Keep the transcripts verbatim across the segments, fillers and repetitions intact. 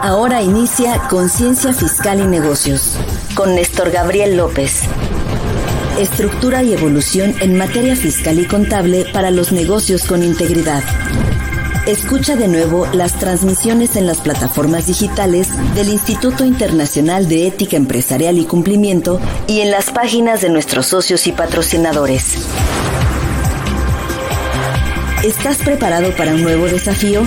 Ahora inicia Conciencia Fiscal y Negocios, con Néstor Gabriel López. Estructura y evolución en materia fiscal y contable para los negocios con integridad. Escucha de nuevo las transmisiones en las plataformas digitales del Instituto Internacional de Ética Empresarial y Cumplimiento y en las páginas de nuestros socios y patrocinadores. ¿Estás preparado para un nuevo desafío?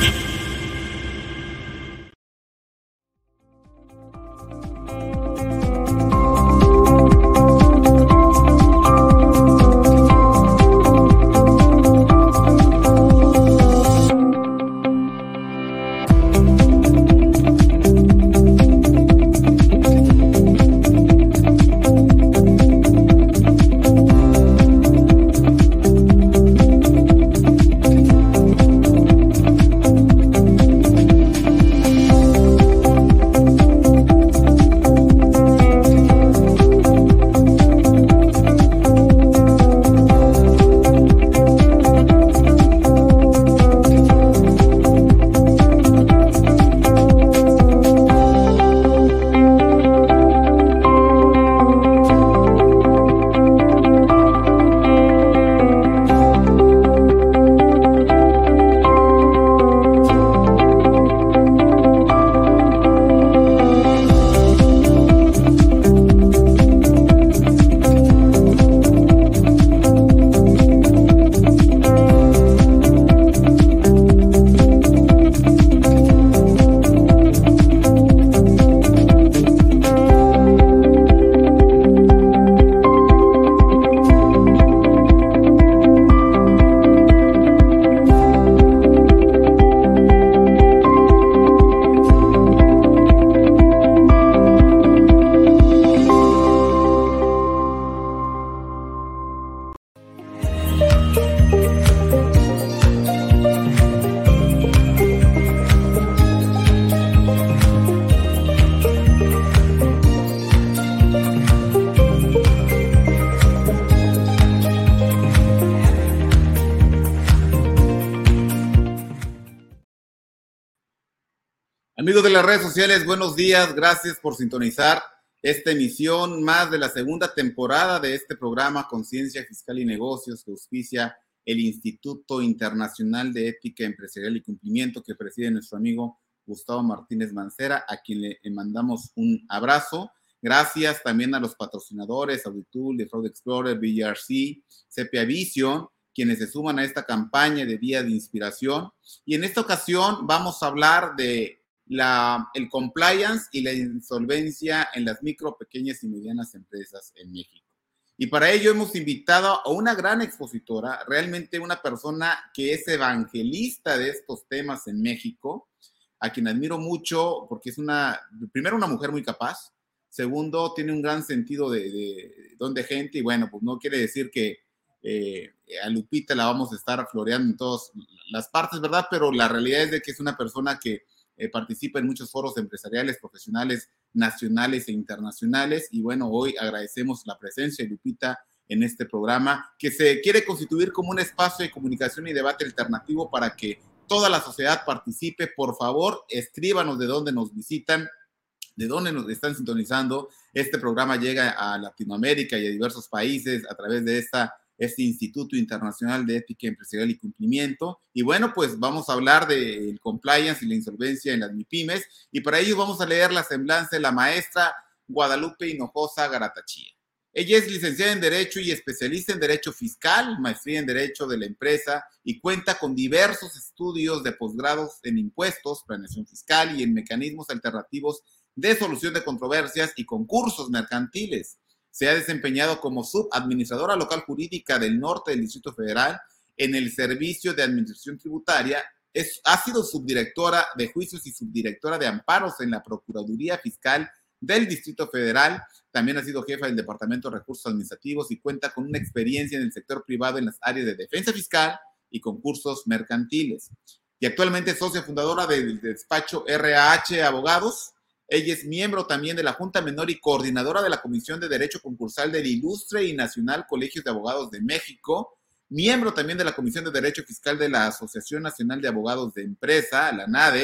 Amigos de las redes sociales, buenos días, gracias por sintonizar esta emisión más de la segunda temporada de este programa Conciencia Fiscal y Negocios que auspicia el Instituto Internacional de Ética Empresarial y Cumplimiento que preside nuestro amigo Gustavo Martínez Mancera, a quien le mandamos un abrazo. Gracias también a los patrocinadores, Auditul, de Fraud Explorer, B R C, Sepia Vision, quienes se suman a esta campaña de Día de Inspiración. Y en esta ocasión vamos a hablar de La, el compliance y la insolvencia en las micro, pequeñas y medianas empresas en México. Y para ello hemos invitado a una gran expositora, realmente una persona que es evangelista de estos temas en México, a quien admiro mucho porque es una, primero, una mujer muy capaz, segundo, tiene un gran sentido de, de don de gente y bueno, pues no quiere decir que eh, a Lupita la vamos a estar floreando en todas las partes, ¿verdad? Pero la realidad es de que es una persona que Eh, participa en muchos foros empresariales, profesionales, nacionales e internacionales. Y bueno, hoy agradecemos la presencia de Lupita en este programa, que se quiere constituir como un espacio de comunicación y debate alternativo para que toda la sociedad participe. Por favor, escríbanos de dónde nos visitan, de dónde nos están sintonizando. Este programa llega a Latinoamérica y a diversos países a través de esta este Instituto Internacional de Ética Empresarial y Cumplimiento. Y bueno, pues vamos a hablar del compliance y la insolvencia en las MIPYMES, y para ello vamos a leer la semblanza de la maestra Guadalupe Hinojosa Garatachía. Ella es licenciada en Derecho y especialista en Derecho Fiscal, maestría en Derecho de la Empresa, y cuenta con diversos estudios de posgrados en impuestos, planeación fiscal y en mecanismos alternativos de solución de controversias y concursos mercantiles. Se ha desempeñado como subadministradora local jurídica del norte del Distrito Federal en el Servicio de Administración Tributaria. Es, ha sido subdirectora de juicios y subdirectora de amparos en la Procuraduría Fiscal del Distrito Federal. También ha sido jefa del Departamento de Recursos Administrativos y cuenta con una experiencia en el sector privado en las áreas de defensa fiscal y concursos mercantiles. Y actualmente es socia fundadora del despacho R A H Abogados. Ella es miembro también de la Junta Menor y coordinadora de la Comisión de Derecho Concursal del Ilustre y Nacional Colegios de Abogados de México, miembro también de la Comisión de Derecho Fiscal de la Asociación Nacional de Abogados de Empresa, la NADE,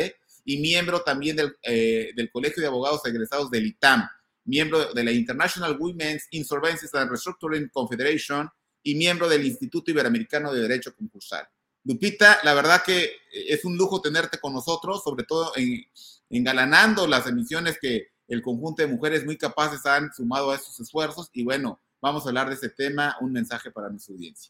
y miembro también del, eh, del Colegio de Abogados Egresados del I T A M, miembro de la International Women's Insolvencies and Restructuring Confederation y miembro del Instituto Iberoamericano de Derecho Concursal. Lupita, la verdad que es un lujo tenerte con nosotros, sobre todo en, engalanando las emisiones que el conjunto de mujeres muy capaces han sumado a estos esfuerzos. Y bueno, vamos a hablar de este tema, un mensaje para nuestra audiencia.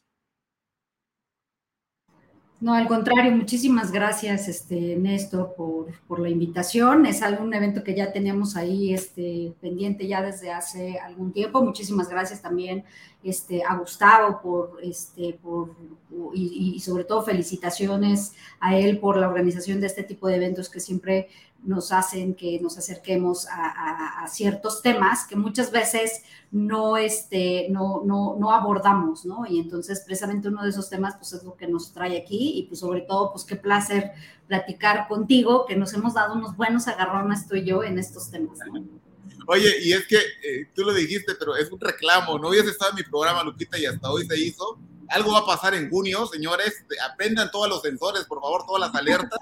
No, al contrario, muchísimas gracias, este, Néstor, por, por la invitación. Es algún evento que ya teníamos ahí este, pendiente ya desde hace algún tiempo. Muchísimas gracias también este, a Gustavo por, este, por y, y sobre todo felicitaciones a él por la organización de este tipo de eventos que siempre nos hacen que nos acerquemos a, a, a ciertos temas que muchas veces no, este, no, no, no abordamos, ¿no? Y entonces precisamente uno de esos temas pues es lo que nos trae aquí y pues sobre todo pues qué placer platicar contigo, que nos hemos dado unos buenos agarrones tú y yo en estos temas, ¿no? Oye, y es que eh, tú lo dijiste, pero es un reclamo, no habías estado en mi programa, Lupita, y hasta hoy se hizo. Algo va a pasar en junio, señores, aprendan todos los sensores, por favor, todas las alertas.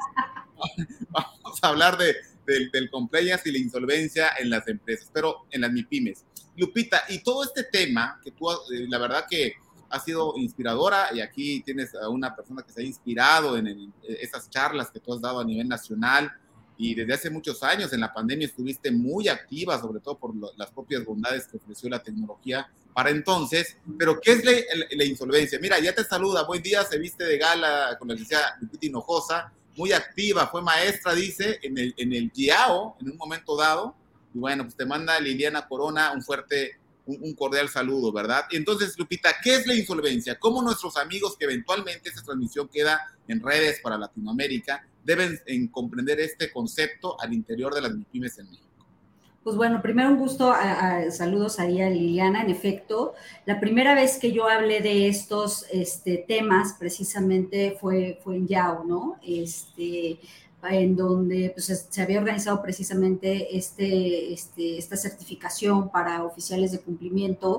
Vamos a hablar de, de, del compliance y la insolvencia en las empresas, pero en las MIPYMES. Lupita, y todo este tema, que tú, eh, la verdad que ha sido inspiradora, y aquí tienes a una persona que se ha inspirado en, en esas charlas que tú has dado a nivel nacional, y desde hace muchos años en la pandemia estuviste muy activa, sobre todo por lo, las propias bondades que ofreció la tecnología para entonces. Pero ¿qué es la, la, la insolvencia? Mira, ya te saluda, buen día, se viste de gala con la licenciada Lupita Hinojosa, muy activa, fue maestra, dice, en el, en el G I A O, en un momento dado, y bueno, pues te manda Liliana Corona un fuerte, un, un cordial saludo, ¿verdad? Y entonces, Lupita, ¿qué es la insolvencia? ¿Cómo nuestros amigos que eventualmente esta transmisión queda en redes para Latinoamérica deben en comprender este concepto al interior de las MIPYMES en México? Pues bueno, primero un gusto, a, a, saludos ahí a Liliana. En efecto, la primera vez que yo hablé de estos este, temas precisamente fue, fue en Yao, ¿no? Este, en donde pues, se había organizado precisamente este, este, esta certificación para oficiales de cumplimiento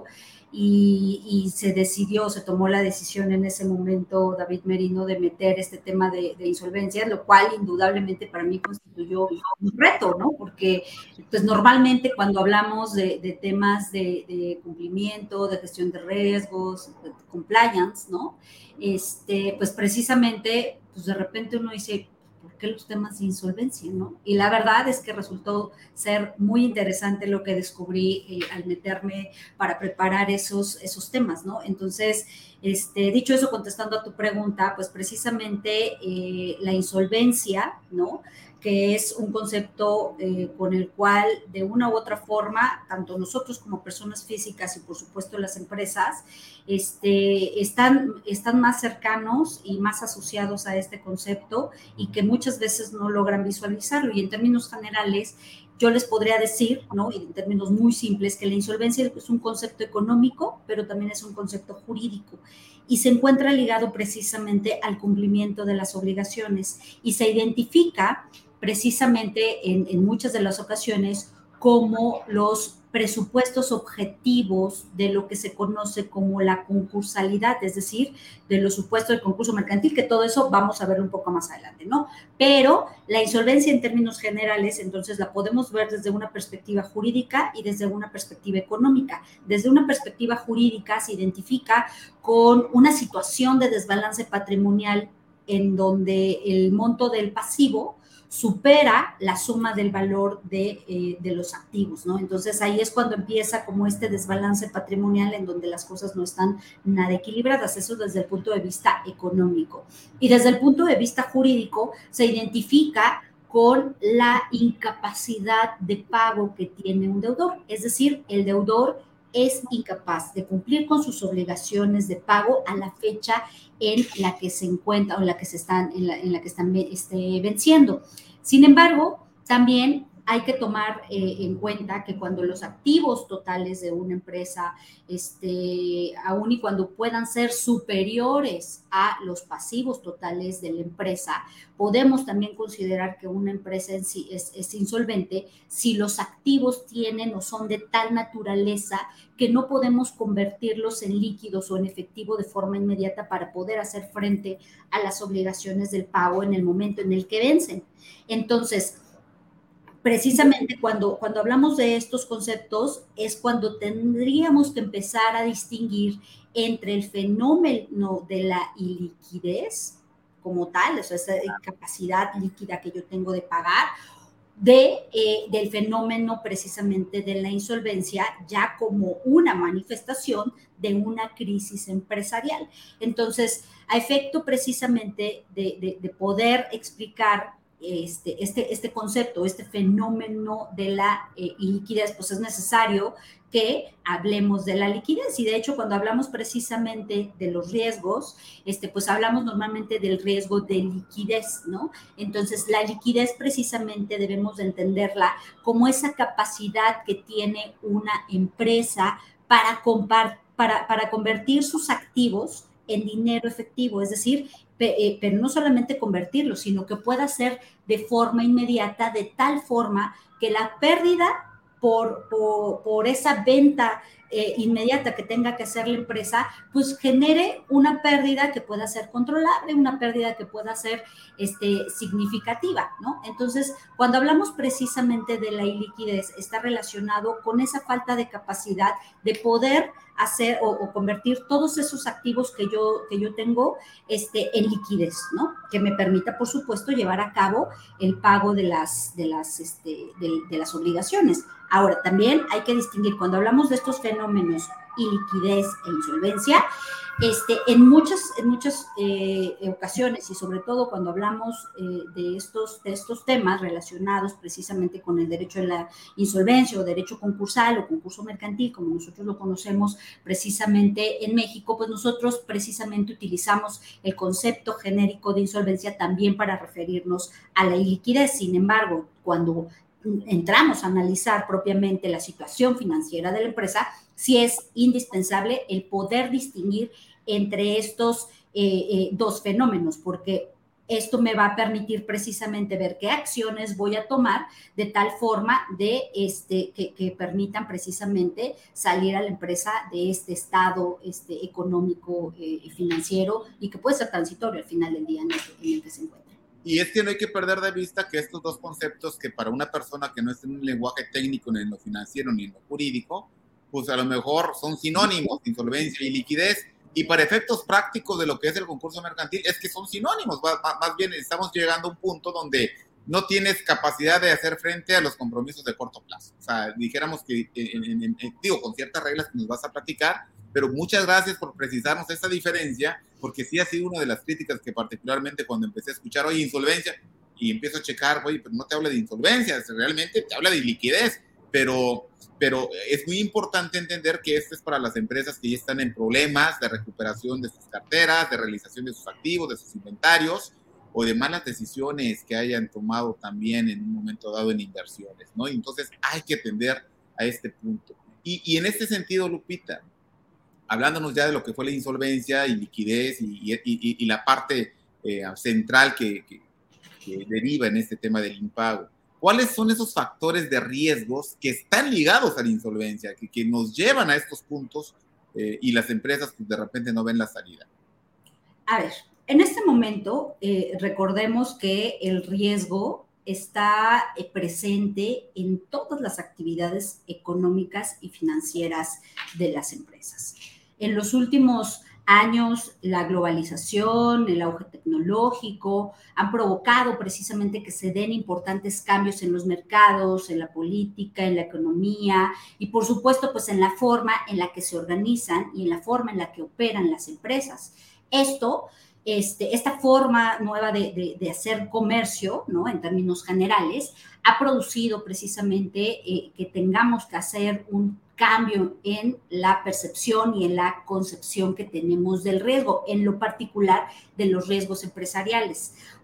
y, y se decidió, se tomó la decisión en ese momento, David Merino, de meter este tema de, de insolvencia, lo cual indudablemente para mí constituyó un reto, ¿no? Porque pues normalmente cuando hablamos de, de temas de, de cumplimiento, de gestión de riesgos, de compliance, ¿no? Este, pues precisamente, pues de repente uno dice, ¿por qué los temas de insolvencia, no? Y la verdad es que resultó ser muy interesante lo que descubrí eh, al meterme para preparar esos, esos temas, ¿no? Entonces, este, dicho eso, contestando a tu pregunta, pues precisamente eh, la insolvencia, ¿no? Que es un concepto eh, con el cual de una u otra forma, tanto nosotros como personas físicas y por supuesto las empresas, este, están, están más cercanos y más asociados a este concepto y que muchas veces no logran visualizarlo. Y en términos generales, yo les podría decir, ¿no? Y en términos muy simples, que la insolvencia es un concepto económico, pero también es un concepto jurídico y se encuentra ligado precisamente al cumplimiento de las obligaciones y se identifica precisamente en, en muchas de las ocasiones como los presupuestos objetivos de lo que se conoce como la concursalidad, es decir, de los supuestos del concurso mercantil, que todo eso vamos a verlo un poco más adelante, ¿no? Pero la insolvencia en términos generales, entonces la podemos ver desde una perspectiva jurídica y desde una perspectiva económica. Desde una perspectiva jurídica se identifica con una situación de desbalance patrimonial en donde el monto del pasivo supera la suma del valor de, eh, de los activos, ¿no? Entonces ahí es cuando empieza como este desbalance patrimonial en donde las cosas no están nada equilibradas, eso desde el punto de vista económico. Y desde el punto de vista jurídico se identifica con la incapacidad de pago que tiene un deudor, es decir, el deudor es incapaz de cumplir con sus obligaciones de pago a la fecha en la que se encuentra o en la que se están, en la, en la que están este, venciendo. Sin embargo, también hay que tomar eh, en cuenta que cuando los activos totales de una empresa, este, aun y cuando puedan ser superiores a los pasivos totales de la empresa, podemos también considerar que una empresa en sí es, es insolvente si los activos tienen o son de tal naturaleza que no podemos convertirlos en líquidos o en efectivo de forma inmediata para poder hacer frente a las obligaciones del pago en el momento en el que vencen. Entonces, precisamente cuando, cuando hablamos de estos conceptos es cuando tendríamos que empezar a distinguir entre el fenómeno de la iliquidez como tal, o sea, esa capacidad líquida que yo tengo de pagar, de, eh, del fenómeno precisamente de la insolvencia ya como una manifestación de una crisis empresarial. Entonces, a efecto precisamente de, de, de poder explicar Este, este, este concepto, este fenómeno de la eh, liquidez, pues es necesario que hablemos de la liquidez. Y de hecho, cuando hablamos precisamente de los riesgos, este, pues hablamos normalmente del riesgo de liquidez, ¿no? Entonces, la liquidez precisamente debemos de entenderla como esa capacidad que tiene una empresa para, compar, para, para convertir sus activos en dinero efectivo, es decir, pero no solamente convertirlo, sino que pueda ser de forma inmediata, de tal forma que la pérdida por, por, por esa venta eh, inmediata que tenga que hacer la empresa, pues genere una pérdida que pueda ser controlable, una pérdida que pueda ser este, significativa, ¿no? Entonces, cuando hablamos precisamente de la iliquidez, está relacionado con esa falta de capacidad de poder hacer o, o convertir todos esos activos que yo, que yo tengo este, en liquidez, ¿no? Que me permita, por supuesto, llevar a cabo el pago de las, de las, este, de, de las obligaciones. Ahora, también hay que distinguir, cuando hablamos de estos fenómenos, iliquidez e insolvencia, este, en muchas, en muchas eh, ocasiones y sobre todo cuando hablamos eh, de, estos, de estos temas relacionados precisamente con el derecho a la insolvencia o derecho concursal o concurso mercantil, como nosotros lo conocemos precisamente en México, pues nosotros precisamente utilizamos el concepto genérico de insolvencia también para referirnos a la iliquidez. Sin embargo, cuando entramos a analizar propiamente la situación financiera de la empresa, sí es indispensable el poder distinguir entre estos eh, eh, dos fenómenos, porque esto me va a permitir precisamente ver qué acciones voy a tomar de tal forma de este, que, que permitan precisamente salir a la empresa de este estado este, económico y eh, financiero y que puede ser transitorio al final del día en el, en el que se encuentra. Y es que no hay que perder de vista que estos dos conceptos que para una persona que no está en un lenguaje técnico ni en lo financiero ni en lo jurídico, pues a lo mejor son sinónimos, insolvencia y liquidez, y para efectos prácticos de lo que es el concurso mercantil es que son sinónimos, más bien estamos llegando a un punto donde no tienes capacidad de hacer frente a los compromisos de corto plazo. O sea, dijéramos que, en, en, en, digo, con ciertas reglas que nos vas a platicar, pero muchas gracias por precisarnos esta diferencia, porque sí ha sido una de las críticas que particularmente cuando empecé a escuchar, oye, insolvencia, y empiezo a checar, oye, pero no te habla de insolvencia, realmente te habla de liquidez, pero, pero es muy importante entender que esto es para las empresas que ya están en problemas de recuperación de sus carteras, de realización de sus activos, de sus inventarios, o de malas decisiones que hayan tomado también en un momento dado en inversiones, ¿no? Y entonces hay que atender a este punto. Y, y en este sentido, Lupita, hablándonos ya de lo que fue la insolvencia y liquidez y, y, y, y la parte eh, central que, que, que deriva en este tema del impago, ¿cuáles son esos factores de riesgos que están ligados a la insolvencia, que, que nos llevan a estos puntos eh, y las empresas pues, de repente no ven la salida? A ver, en este momento eh, recordemos que el riesgo está eh, presente en todas las actividades económicas y financieras de las empresas. En los últimos años, la globalización, el auge tecnológico han provocado precisamente que se den importantes cambios en los mercados, en la política, en la economía y por supuesto pues en la forma en la que se organizan y en la forma en la que operan las empresas. Esto, este, esta forma nueva de, de, de hacer comercio, ¿no? En términos generales, ha producido precisamente eh, que tengamos que hacer un cambio en la percepción y en la concepción que tenemos del riesgo, en lo particular de los riesgos empresariales.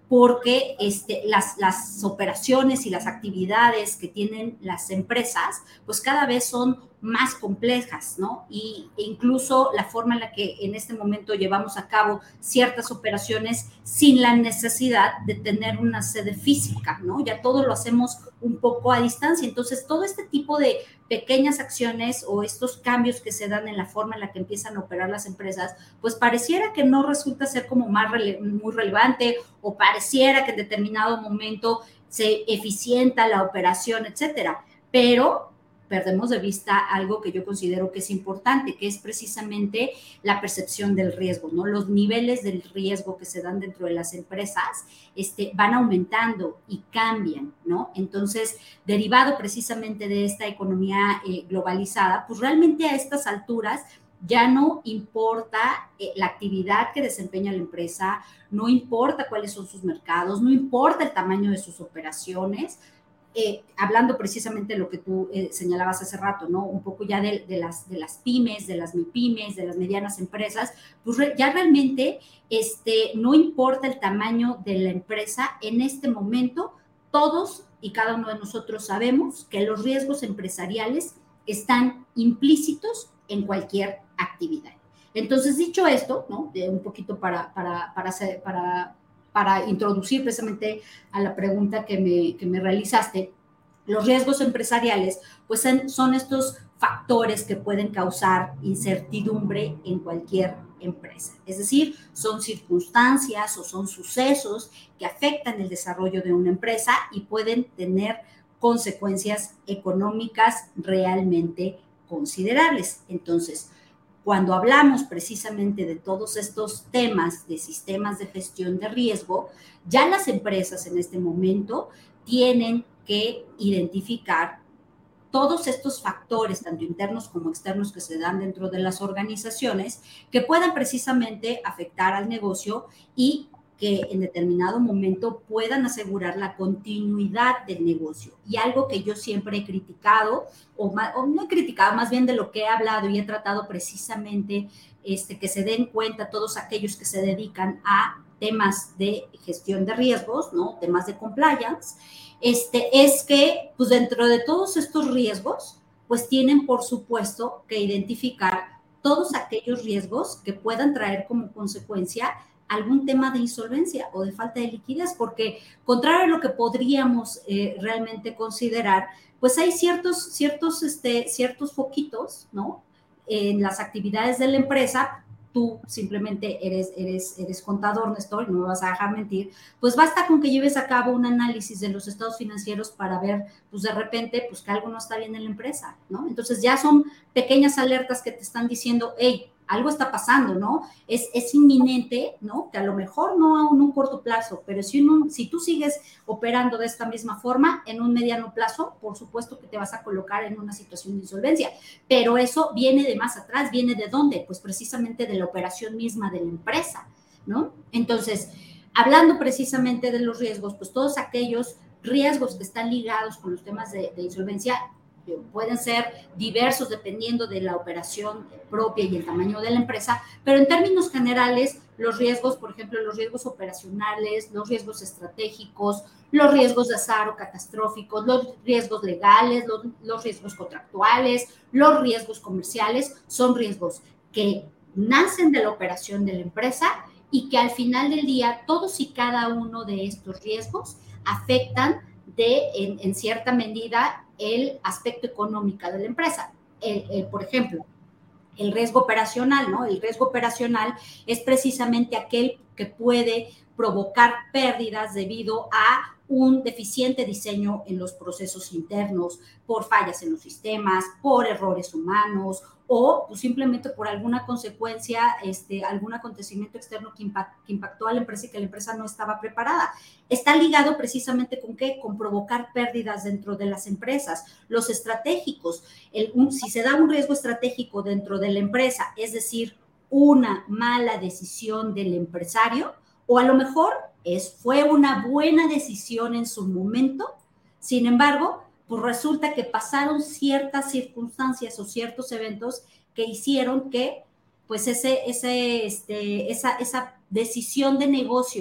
porque este, las, las operaciones y las actividades que tienen las empresas, pues cada vez son más complejas, ¿no? Y e incluso la forma en la que en este momento llevamos a cabo ciertas operaciones sin la necesidad de tener una sede física, ¿no? Ya todo lo hacemos un poco a distancia. Entonces, todo este tipo de pequeñas acciones o estos cambios que se dan en la forma en la que empiezan a operar las empresas, pues pareciera que no resulta ser como más rele- muy relevante, o pareciera que en determinado momento se eficienta la operación, etcétera. Pero perdemos de vista algo que yo considero que es importante, que es precisamente la percepción del riesgo, ¿no? Los niveles del riesgo que se dan dentro de las empresas este, van aumentando y cambian, ¿no? Entonces, derivado precisamente de esta economía eh, globalizada, pues realmente a estas alturas ya no importa eh, la actividad que desempeña la empresa, no importa cuáles son sus mercados, no importa el tamaño de sus operaciones. Eh, hablando precisamente de lo que tú eh, señalabas hace rato, ¿no? Un poco ya de, de, las, de las pymes, de las mipymes, de las medianas empresas, pues re, ya realmente este, no importa el tamaño de la empresa, en este momento todos y cada uno de nosotros sabemos que los riesgos empresariales están implícitos en cualquier actividad. Entonces, dicho esto, ¿no? De un poquito para, para, para, hacer, para para introducir precisamente a la pregunta que me, que me realizaste, los riesgos empresariales, pues son estos factores que pueden causar incertidumbre en cualquier empresa. Es decir, son circunstancias o son sucesos que afectan el desarrollo de una empresa y pueden tener consecuencias económicas realmente considerables. Entonces, cuando hablamos precisamente de todos estos temas de sistemas de gestión de riesgo, ya las empresas en este momento tienen que identificar todos estos factores, tanto internos como externos, que se dan dentro de las organizaciones, que puedan precisamente afectar al negocio y que en determinado momento puedan asegurar la continuidad del negocio. Y algo que yo siempre he criticado, o, más, o no he criticado, más bien de lo que he hablado y he tratado precisamente este, que se den cuenta todos aquellos que se dedican a temas de gestión de riesgos, ¿no? Temas de compliance, este, es que pues dentro de todos estos riesgos, pues tienen por supuesto que identificar todos aquellos riesgos que puedan traer como consecuencia algún tema de insolvencia o de falta de liquidez, porque contrario a lo que podríamos eh, realmente considerar, pues hay ciertos, ciertos, este, ciertos foquitos, ¿no? En las actividades de la empresa. Tú simplemente eres, eres, eres contador, Néstor, y no me vas a dejar mentir, pues basta con que lleves a cabo un análisis de los estados financieros para ver, pues de repente, pues que algo no está bien en la empresa, ¿no? Entonces ya son pequeñas alertas que te están diciendo, hey, algo está pasando, ¿no? Es, es inminente, ¿no? Que a lo mejor no en un corto plazo, pero si, un, si tú sigues operando de esta misma forma, en un mediano plazo, por supuesto que te vas a colocar en una situación de insolvencia. Pero eso viene de más atrás, ¿viene de dónde? Pues precisamente de la operación misma de la empresa, ¿no? Entonces, hablando precisamente de los riesgos, pues todos aquellos riesgos que están ligados con los temas de, de insolvencia pueden ser diversos dependiendo de la operación propia y el tamaño de la empresa, pero en términos generales, los riesgos, por ejemplo, los riesgos operacionales, los riesgos estratégicos, los riesgos de azar o catastróficos, los riesgos legales, los, los riesgos contractuales, los riesgos comerciales, son riesgos que nacen de la operación de la empresa y que al final del día todos y cada uno de estos riesgos afectan de, en, en cierta medida, el aspecto económico de la empresa. El, el, por ejemplo, el riesgo operacional, ¿no? El riesgo operacional es precisamente aquel que puede provocar pérdidas debido a un deficiente diseño en los procesos internos, por fallas en los sistemas, por errores humanos o pues, simplemente por alguna consecuencia, este, algún acontecimiento externo que, impact, que impactó a la empresa y que la empresa no estaba preparada. Está ligado precisamente con qué, con provocar pérdidas dentro de las empresas. Los estratégicos, el, un, si se da un riesgo estratégico dentro de la empresa, es decir, una mala decisión del empresario, o a lo mejor es, fue una buena decisión en su momento, sin embargo, pues resulta que pasaron ciertas circunstancias o ciertos eventos que hicieron que pues ese, ese, este, esa, esa decisión de negocio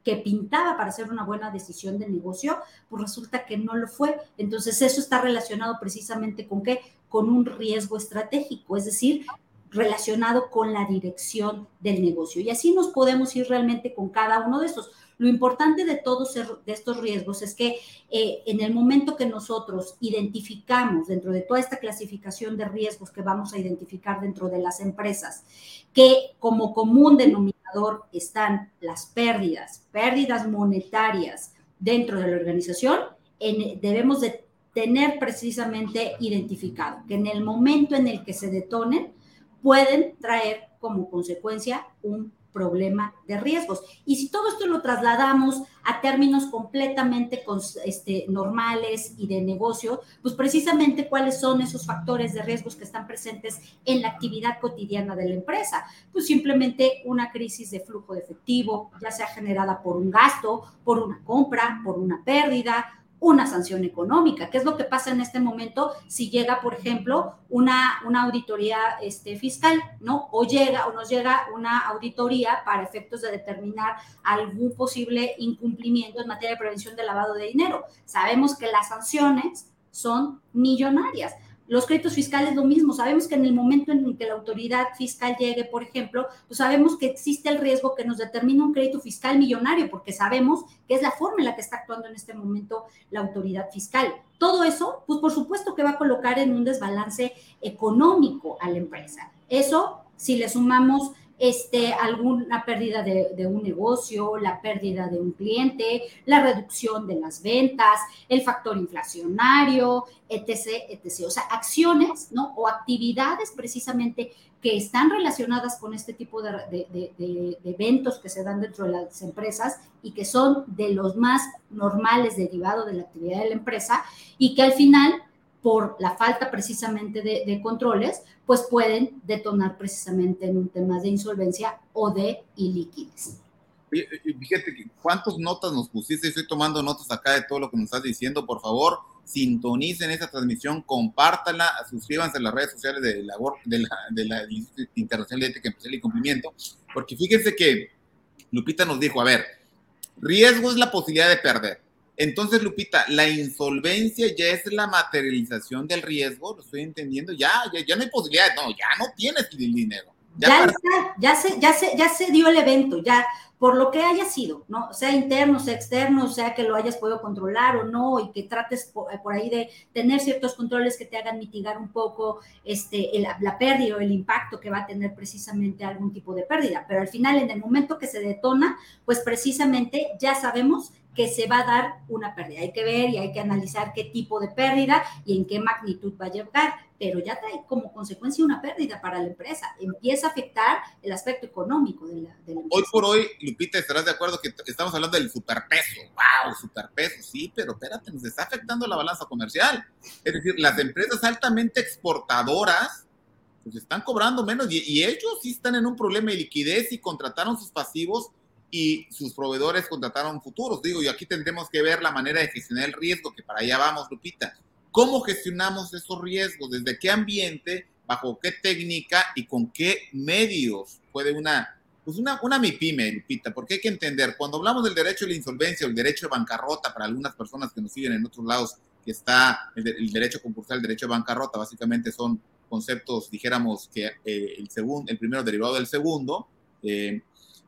que pintaba para hacer una buena decisión de negocio, pues resulta que no lo fue. Entonces eso está relacionado precisamente con qué, con un riesgo estratégico, es decir, relacionado con la dirección del negocio. Y así nos podemos ir realmente con cada uno de estos. Lo importante de todos de estos riesgos es que eh, en el momento que nosotros identificamos dentro de toda esta clasificación de riesgos que vamos a identificar dentro de las empresas, que como común denominador están las pérdidas, pérdidas monetarias dentro de la organización, en, debemos de tener precisamente identificado que en el momento en el que se detonen, pueden traer como consecuencia un problema de riesgos. Y si todo esto lo trasladamos a términos completamente este, normales y de negocio, pues precisamente cuáles son esos factores de riesgos que están presentes en la actividad cotidiana de la empresa. Pues simplemente una crisis de flujo de efectivo, ya sea generada por un gasto, por una compra, por una pérdida, una sanción económica. ¿Qué es lo que pasa en este momento si llega, por ejemplo, una, una auditoría este, fiscal, ¿no? O llega o nos llega una auditoría para efectos de determinar algún posible incumplimiento en materia de prevención de lavado de dinero? Sabemos que las sanciones son millonarias. Los créditos fiscales lo mismo, sabemos que en el momento en que la autoridad fiscal llegue, por ejemplo, pues sabemos que existe el riesgo que nos determine un crédito fiscal millonario, porque sabemos que es la forma en la que está actuando en este momento la autoridad fiscal. Todo eso, pues por supuesto que va a colocar en un desbalance económico a la empresa. Eso, si le sumamos este, alguna pérdida de, de un negocio, la pérdida de un cliente, la reducción de las ventas, el factor inflacionario, etcétera, etcétera. O sea, acciones, ¿no? O actividades precisamente que están relacionadas con este tipo de, de, de, de, de eventos que se dan dentro de las empresas y que son de los más normales derivados de la actividad de la empresa y que al final, por la falta precisamente de, de controles, pues pueden detonar precisamente en un tema de insolvencia o de iliquidez. Fíjate, ¿cuántas notas nos pusiste? Estoy tomando notas acá de todo lo que nos estás diciendo. Por favor, sintonicen esta transmisión, compártanla, suscríbanse a las redes sociales de la, de la, de la Internacional de Ética Empresarial y Cumplimiento, porque fíjense que Lupita nos dijo, a ver, riesgo es la posibilidad de perder. Entonces, Lupita, la insolvencia ya es la materialización del riesgo, lo estoy entendiendo, ya, ya, ya no hay posibilidad, no, ya no tienes el dinero. Ya, ya está, ya se, ya, se, ya se dio el evento, ya, por lo que haya sido, ¿no? Sea interno, sea externo, sea que lo hayas podido controlar o no, y que trates por, por ahí de tener ciertos controles que te hagan mitigar un poco este, el, la pérdida o el impacto que va a tener precisamente algún tipo de pérdida. Pero al final, en el momento que se detona, pues precisamente ya sabemos que se va a dar una pérdida. Hay que ver y hay que analizar qué tipo de pérdida y en qué magnitud va a llegar, pero ya trae como consecuencia una pérdida para la empresa. Empieza a afectar el aspecto económico de la, de la empresa. Hoy por hoy, Lupita, estarás de acuerdo que estamos hablando del superpeso. ¡Wow! Superpeso, sí, pero espérate, nos está afectando la balanza comercial. Es decir, las empresas altamente exportadoras pues están cobrando menos y, y ellos sí están en un problema de liquidez y contrataron sus pasivos y sus proveedores contrataron futuros. Digo, y aquí tendremos que ver la manera de gestionar el riesgo, que para allá vamos, Lupita. ¿Cómo gestionamos esos riesgos? ¿Desde qué ambiente, bajo qué técnica y con qué medios puede una, pues una, una MIPYME, Lupita? Porque hay que entender, cuando hablamos del derecho de la insolvencia o el derecho de bancarrota, para algunas personas que nos siguen en otros lados, que está el, de, el derecho concursal, el derecho de bancarrota, básicamente son conceptos, dijéramos, que eh, el, segundo, el primero derivado del segundo. Eh,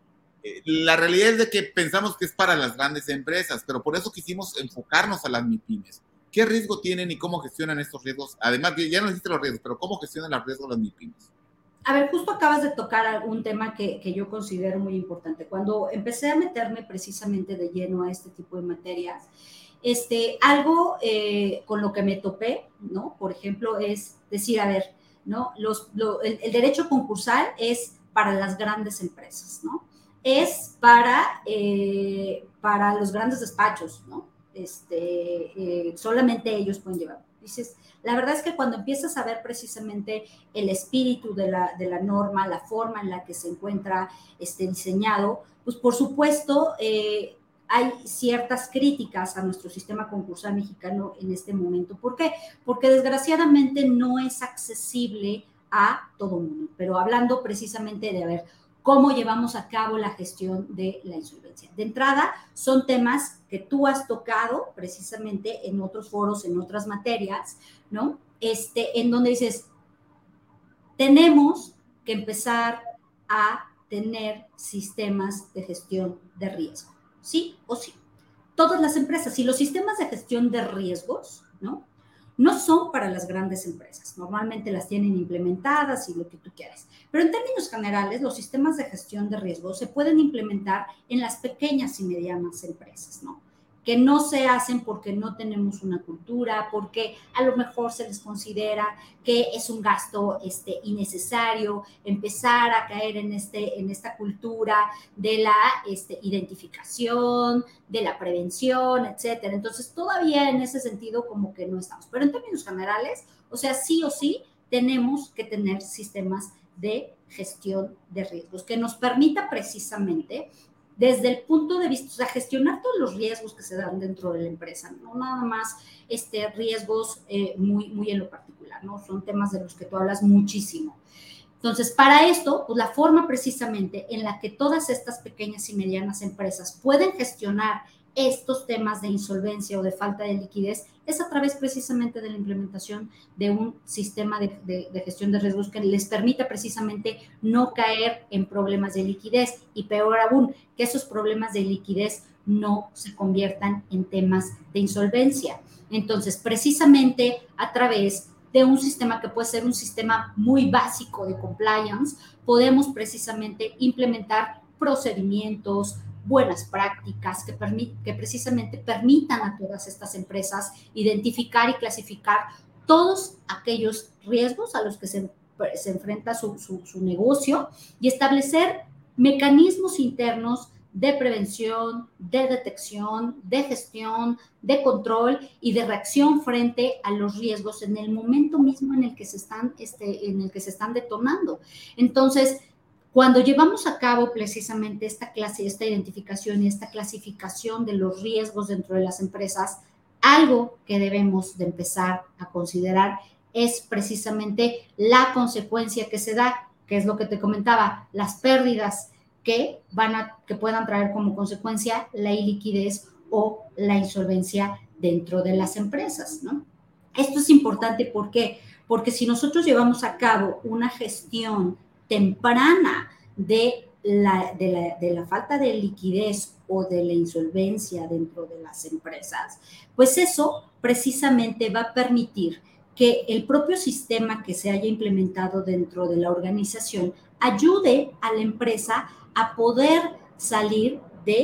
La realidad es de que pensamos que es para las grandes empresas, pero por eso quisimos enfocarnos a las MIPYMES. ¿Qué riesgo tienen y cómo gestionan estos riesgos? Además, ya no dijiste los riesgos, pero ¿cómo gestionan los riesgos las MIPYMES? A ver, justo acabas de tocar un tema que, que yo considero muy importante. Cuando empecé a meterme precisamente de lleno a este tipo de materias, este, algo eh, con lo que me topé, ¿no? Por ejemplo, es decir, a ver, ¿no? Los, lo, el, el derecho concursal es para las grandes empresas, ¿no? Es para, eh, para los grandes despachos, ¿no? Este, eh, solamente ellos pueden llevar. Dices, la verdad es que cuando empiezas a ver precisamente el espíritu de la, de la norma, la forma en la que se encuentra este, diseñado, pues por supuesto eh, hay ciertas críticas a nuestro sistema concursal mexicano en este momento. ¿Por qué? Porque desgraciadamente no es accesible a todo mundo. Pero hablando precisamente de, a ver, cómo llevamos a cabo la gestión de la insolvencia. De entrada, son temas que tú has tocado precisamente en otros foros, en otras materias, ¿no? Este, en donde dices, tenemos que empezar a tener sistemas de gestión de riesgo, ¿sí o sí? Todas las empresas, y los sistemas de gestión de riesgos, ¿no? No son para las grandes empresas, normalmente las tienen implementadas y lo que tú quieras, pero en términos generales los sistemas de gestión de riesgos se pueden implementar en las pequeñas y medianas empresas, ¿no? Que no se hacen porque no tenemos una cultura, porque a lo mejor se les considera que es un gasto este, innecesario empezar a caer en, este, en esta cultura de la este, identificación, de la prevención, etcétera. Entonces, todavía en ese sentido como que no estamos. Pero en términos generales, o sea, sí o sí, tenemos que tener sistemas de gestión de riesgos que nos permita precisamente desde el punto de vista, o sea, gestionar todos los riesgos que se dan dentro de la empresa, no nada más este, riesgos eh, muy, muy en lo particular, ¿no? Son temas de los que tú hablas muchísimo. Entonces, para esto, pues la forma precisamente en la que todas estas pequeñas y medianas empresas pueden gestionar estos temas de insolvencia o de falta de liquidez es a través precisamente de la implementación de un sistema de, de, de gestión de riesgos que les permita precisamente no caer en problemas de liquidez y peor aún, que esos problemas de liquidez no se conviertan en temas de insolvencia. Entonces, precisamente a través de un sistema que puede ser un sistema muy básico de compliance, podemos precisamente implementar procedimientos, buenas prácticas que, permit, que precisamente permitan a todas estas empresas identificar y clasificar todos aquellos riesgos a los que se, se enfrenta su, su, su negocio y establecer mecanismos internos de prevención, de detección, de gestión, de control y de reacción frente a los riesgos en el momento mismo en el que se están, este, en el que se están detonando. Entonces, cuando llevamos a cabo precisamente esta clase, esta identificación y esta clasificación de los riesgos dentro de las empresas, algo que debemos de empezar a considerar es precisamente la consecuencia que se da, que es lo que te comentaba, las pérdidas que, van a, que puedan traer como consecuencia la iliquidez o la insolvencia dentro de las empresas, ¿no? Esto es importante, ¿por qué? Porque si nosotros llevamos a cabo una gestión temprana de la, de, la, de la falta de liquidez o de la insolvencia dentro de las empresas, pues eso precisamente va a permitir que el propio sistema que se haya implementado dentro de la organización ayude a la empresa a poder salir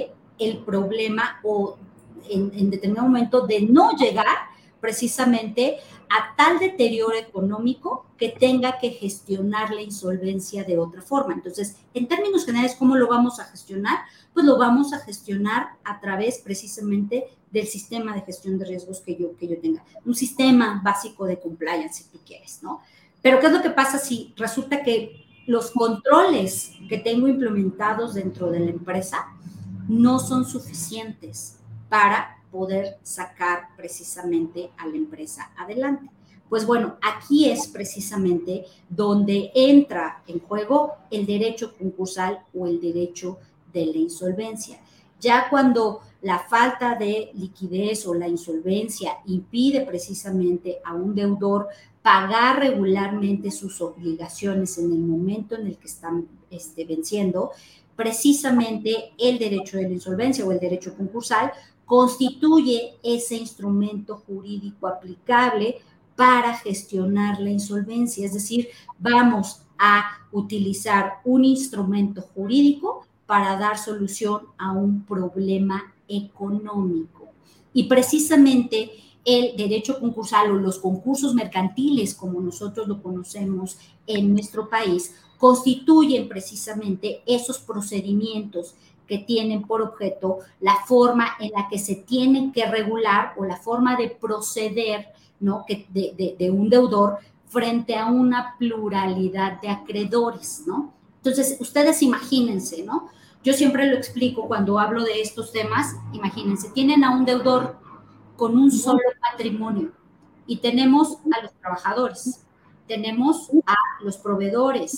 del problema o en, en determinado momento de no llegar precisamente a tal deterioro económico que tenga que gestionar la insolvencia de otra forma. Entonces, en términos generales, ¿cómo lo vamos a gestionar? Pues lo vamos a gestionar a través precisamente del sistema de gestión de riesgos que yo, que yo tenga. Un sistema básico de compliance, si tú quieres, ¿no? Pero ¿qué es lo que pasa si resulta que los controles que tengo implementados dentro de la empresa no son suficientes para poder sacar precisamente a la empresa adelante? Pues bueno, aquí es precisamente donde entra en juego el derecho concursal o el derecho de la insolvencia. Ya cuando la falta de liquidez o la insolvencia impide precisamente a un deudor pagar regularmente sus obligaciones en el momento en el que están este, venciendo, precisamente el derecho de la insolvencia o el derecho concursal constituye ese instrumento jurídico aplicable para gestionar la insolvencia. Es decir, vamos a utilizar un instrumento jurídico para dar solución a un problema económico. Y precisamente el derecho concursal o los concursos mercantiles, como nosotros lo conocemos en nuestro país, constituyen precisamente esos procedimientos que tienen por objeto la forma en la que se tienen que regular o la forma de proceder, ¿no? que de, de, de un deudor frente a una pluralidad de acreedores, ¿no? Entonces, ustedes imagínense, ¿no? Yo siempre lo explico cuando hablo de estos temas, imagínense, tienen a un deudor con un solo patrimonio y tenemos a los trabajadores, tenemos a los proveedores,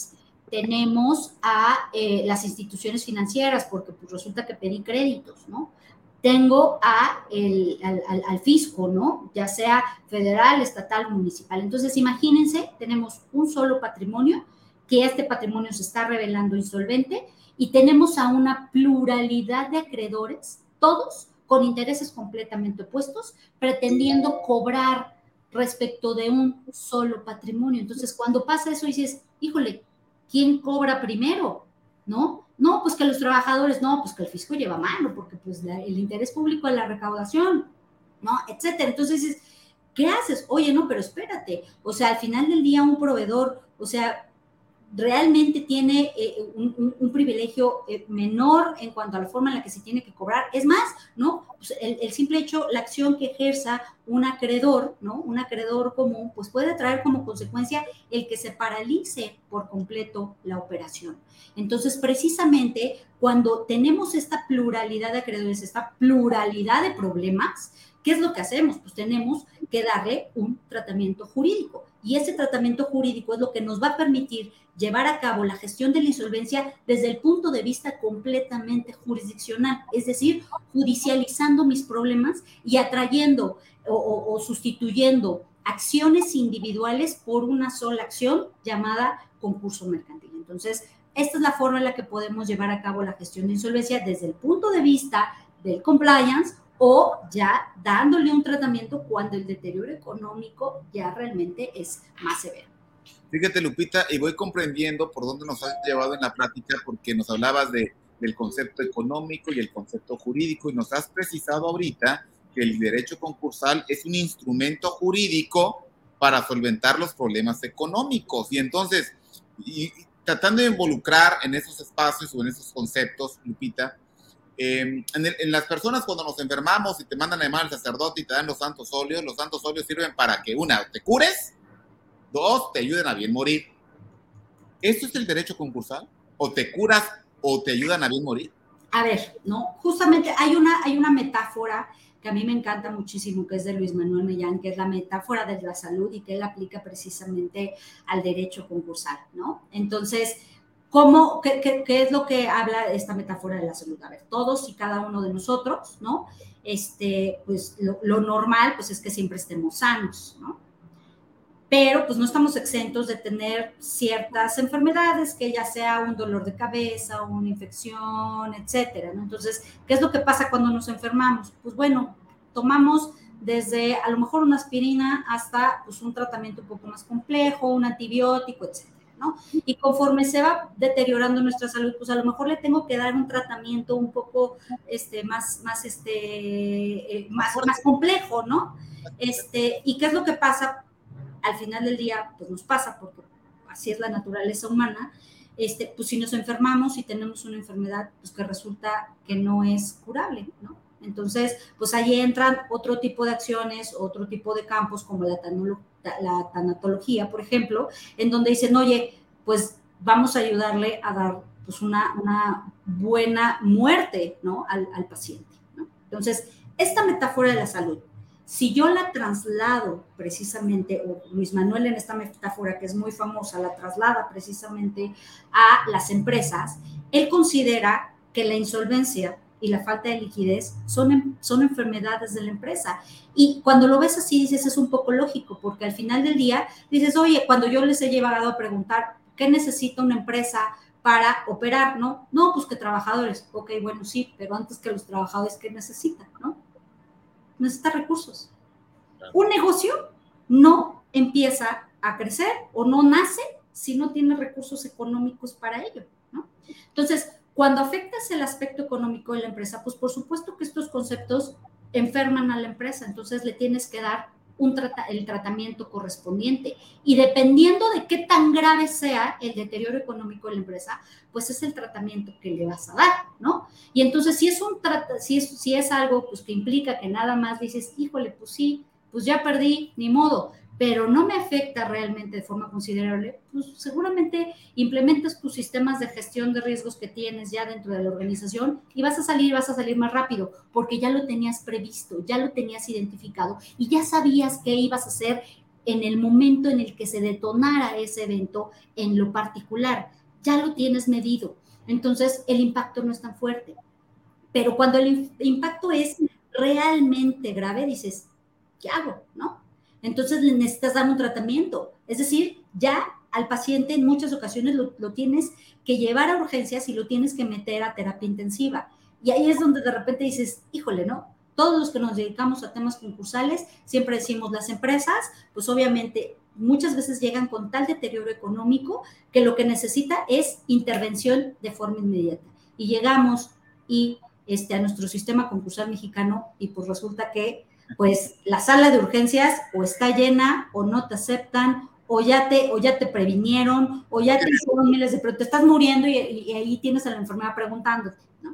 tenemos a eh, las instituciones financieras, porque pues resulta que pedí créditos, ¿no? Tengo a el, al, al, al fisco, ¿no? Ya sea federal, estatal, municipal. Entonces, imagínense, tenemos un solo patrimonio, que este patrimonio se está revelando insolvente, y tenemos a una pluralidad de acreedores, todos con intereses completamente opuestos, pretendiendo cobrar respecto de un solo patrimonio. Entonces, cuando pasa eso, dices, híjole, ¿quién cobra primero? ¿No? No, pues que los trabajadores, no, pues que el fisco lleva mano, porque pues la, el interés público es la recaudación, ¿no? Etcétera. Entonces dices, ¿qué haces? Oye, no, pero espérate, o sea, al final del día un proveedor, o sea, realmente tiene eh, un, un, un privilegio eh, menor en cuanto a la forma en la que se tiene que cobrar. Es más, ¿no? Pues el, el simple hecho, la acción que ejerza un acreedor, ¿no? Un acreedor común, pues puede traer como consecuencia el que se paralice por completo la operación. Entonces, precisamente, cuando tenemos esta pluralidad de acreedores, esta pluralidad de problemas, ¿qué es lo que hacemos? Pues tenemos que darle un tratamiento jurídico. Y ese tratamiento jurídico es lo que nos va a permitir llevar a cabo la gestión de la insolvencia desde el punto de vista completamente jurisdiccional, es decir, judicializando mis problemas y atrayendo o, o, o sustituyendo acciones individuales por una sola acción llamada concurso mercantil. Entonces, esta es la forma en la que podemos llevar a cabo la gestión de insolvencia desde el punto de vista del compliance, o ya dándole un tratamiento cuando el deterioro económico ya realmente es más severo. Fíjate, Lupita, y voy comprendiendo por dónde nos has llevado en la plática, porque nos hablabas de, del concepto económico y el concepto jurídico, y nos has precisado ahorita que el derecho concursal es un instrumento jurídico para solventar los problemas económicos. Y entonces, y, y tratando de involucrar en esos espacios o en esos conceptos, Lupita, Eh, en, el, en las personas cuando nos enfermamos y te mandan a llamar al sacerdote y te dan los santos óleos, los santos óleos sirven para que, una, te cures, dos, te ayuden a bien morir. ¿Esto es el derecho concursal? ¿O te curas o te ayudan a bien morir? A ver, ¿no? Justamente hay una, hay una metáfora que a mí me encanta muchísimo, que es de Luis Manuel Mellán, que es la metáfora de la salud y que él aplica precisamente al derecho concursal, ¿no? Entonces, ¿Cómo, qué, qué, ¿Qué es lo que habla esta metáfora de la salud? A ver, todos y cada uno de nosotros, ¿no? Este, pues lo, lo normal, pues es que siempre estemos sanos, ¿no? Pero pues no estamos exentos de tener ciertas enfermedades, que ya sea un dolor de cabeza, una infección, etcétera, ¿no? Entonces, ¿qué es lo que pasa cuando nos enfermamos? Pues bueno, tomamos desde a lo mejor una aspirina hasta pues un tratamiento un poco más complejo, un antibiótico, etcétera, ¿no? Y conforme se va deteriorando nuestra salud, pues a lo mejor le tengo que dar un tratamiento un poco este, más, más, este, eh, más, más complejo, ¿no? Este, ¿y qué es lo que pasa? Al final del día, pues nos pasa, porque así es la naturaleza humana, este, pues si nos enfermamos y tenemos una enfermedad, pues que resulta que no es curable, ¿no? Entonces, pues ahí entran otro tipo de acciones, otro tipo de campos, como la, tanolo, la tanatología, por ejemplo, en donde dicen, oye, pues vamos a ayudarle a dar pues una, una buena muerte, ¿no? al, al paciente, ¿no? Entonces, esta metáfora de la salud, si yo la traslado precisamente, o Luis Manuel en esta metáfora que es muy famosa, la traslada precisamente a las empresas, él considera que la insolvencia y la falta de liquidez son, son enfermedades de la empresa. Y cuando lo ves así, dices, es un poco lógico, porque al final del día dices, oye, cuando yo les he llevado a preguntar, ¿qué necesita una empresa para operar? No, no, pues que trabajadores. Ok, bueno, sí, pero antes que los trabajadores, ¿qué necesitan? ¿No? Necesita recursos. Un negocio no empieza a crecer o no nace si no tiene recursos económicos para ello, ¿no? Entonces, cuando afectas el aspecto económico de la empresa, pues por supuesto que estos conceptos enferman a la empresa, entonces le tienes que dar un trata, el tratamiento correspondiente, y dependiendo de qué tan grave sea el deterioro económico de la empresa, pues es el tratamiento que le vas a dar, ¿no? Y entonces si es, un trata, si es, si es algo pues, que implica que nada más dices, híjole, pues sí, pues ya perdí, ni modo, pero no me afecta realmente de forma considerable, pues seguramente implementas tus sistemas de gestión de riesgos que tienes ya dentro de la organización y vas a salir, vas a salir más rápido, porque ya lo tenías previsto, ya lo tenías identificado y ya sabías qué ibas a hacer en el momento en el que se detonara ese evento en lo particular. ya lo tienes medido. Entonces, el impacto no es tan fuerte. Pero cuando el impacto es realmente grave, dices, ¿qué hago? ¿No? Entonces le necesitas dar un tratamiento. Es decir, ya al paciente en muchas ocasiones lo, lo tienes que llevar a urgencias y lo tienes que meter a terapia intensiva. Y ahí es donde de repente dices, híjole, ¿no? Todos los que nos dedicamos a temas concursales, siempre decimos las empresas, pues obviamente muchas veces llegan con tal deterioro económico que lo que necesita es intervención de forma inmediata. Y llegamos y este, a nuestro sistema concursal mexicano y pues resulta que pues la sala de urgencias o está llena o no te aceptan o ya te, o ya te previnieron o ya te hicieron miles de, pero te estás muriendo y, y ahí tienes a la enfermera preguntándote, ¿no?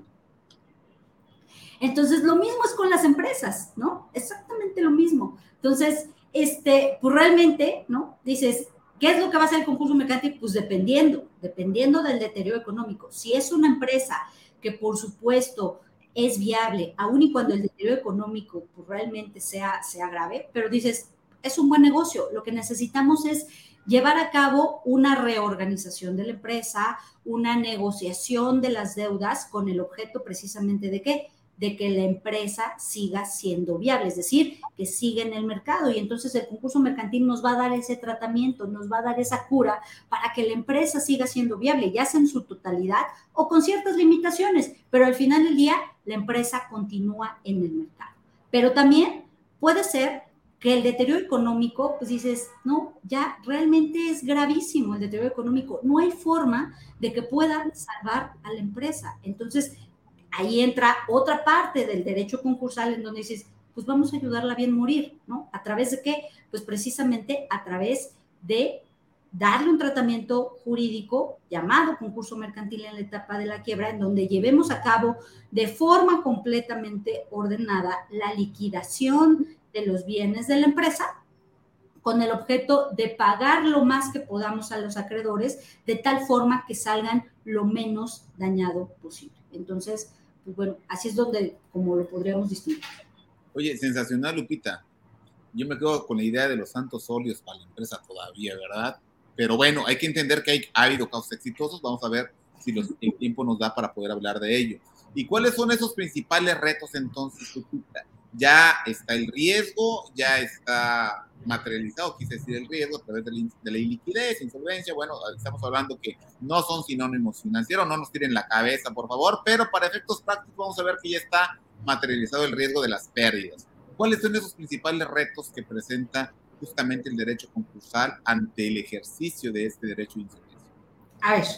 Entonces, lo mismo es con las empresas, ¿no? Exactamente lo mismo. Entonces, este, pues realmente, ¿no? Dices, ¿qué es lo que va a hacer el concurso mercantil? Pues dependiendo, dependiendo del deterioro económico. Si es una empresa que, por supuesto, es viable, aun y cuando el deterioro económico pues, realmente sea, sea grave, pero dices, es un buen negocio. Lo que necesitamos es llevar a cabo una reorganización de la empresa, una negociación de las deudas con el objeto precisamente de qué? De que la empresa siga siendo viable, es decir, que siga en el mercado. Y entonces el concurso mercantil nos va a dar ese tratamiento, nos va a dar esa cura para que la empresa siga siendo viable, ya sea en su totalidad o con ciertas limitaciones, pero al final del día la empresa continúa en el mercado. Pero también puede ser que el deterioro económico, pues dices, no, ya realmente es gravísimo el deterioro económico, no hay forma de que puedan salvar a la empresa. Entonces, ahí entra otra parte del derecho concursal en donde dices, pues vamos a ayudarla a bien morir, ¿no? ¿A través de qué? Pues precisamente a través de darle un tratamiento jurídico llamado concurso mercantil en la etapa de la quiebra, en donde llevemos a cabo de forma completamente ordenada la liquidación de los bienes de la empresa con el objeto de pagar lo más que podamos a los acreedores de tal forma que salgan lo menos dañado posible. Entonces, pues bueno, así es donde, como lo podríamos distinguir. Oye, sensacional, Lupita. Yo me quedo con la idea de los santos óleos para la empresa todavía, ¿verdad? Pero bueno, hay que entender que hay, ha habido casos exitosos. Vamos a ver si los, el tiempo nos da para poder hablar de ello. ¿Y cuáles son esos principales retos entonces, Lupita? Ya está el riesgo, ya está materializado, quise decir el riesgo a través de la, de la iliquidez, insolvencia. Bueno, estamos hablando que no son sinónimos financieros, no nos tiren la cabeza, por favor, pero para efectos prácticos vamos a ver que ya está materializado el riesgo de las pérdidas. ¿Cuáles son esos principales retos que presenta justamente el derecho concursal ante el ejercicio de este derecho de insolvencia? A ver,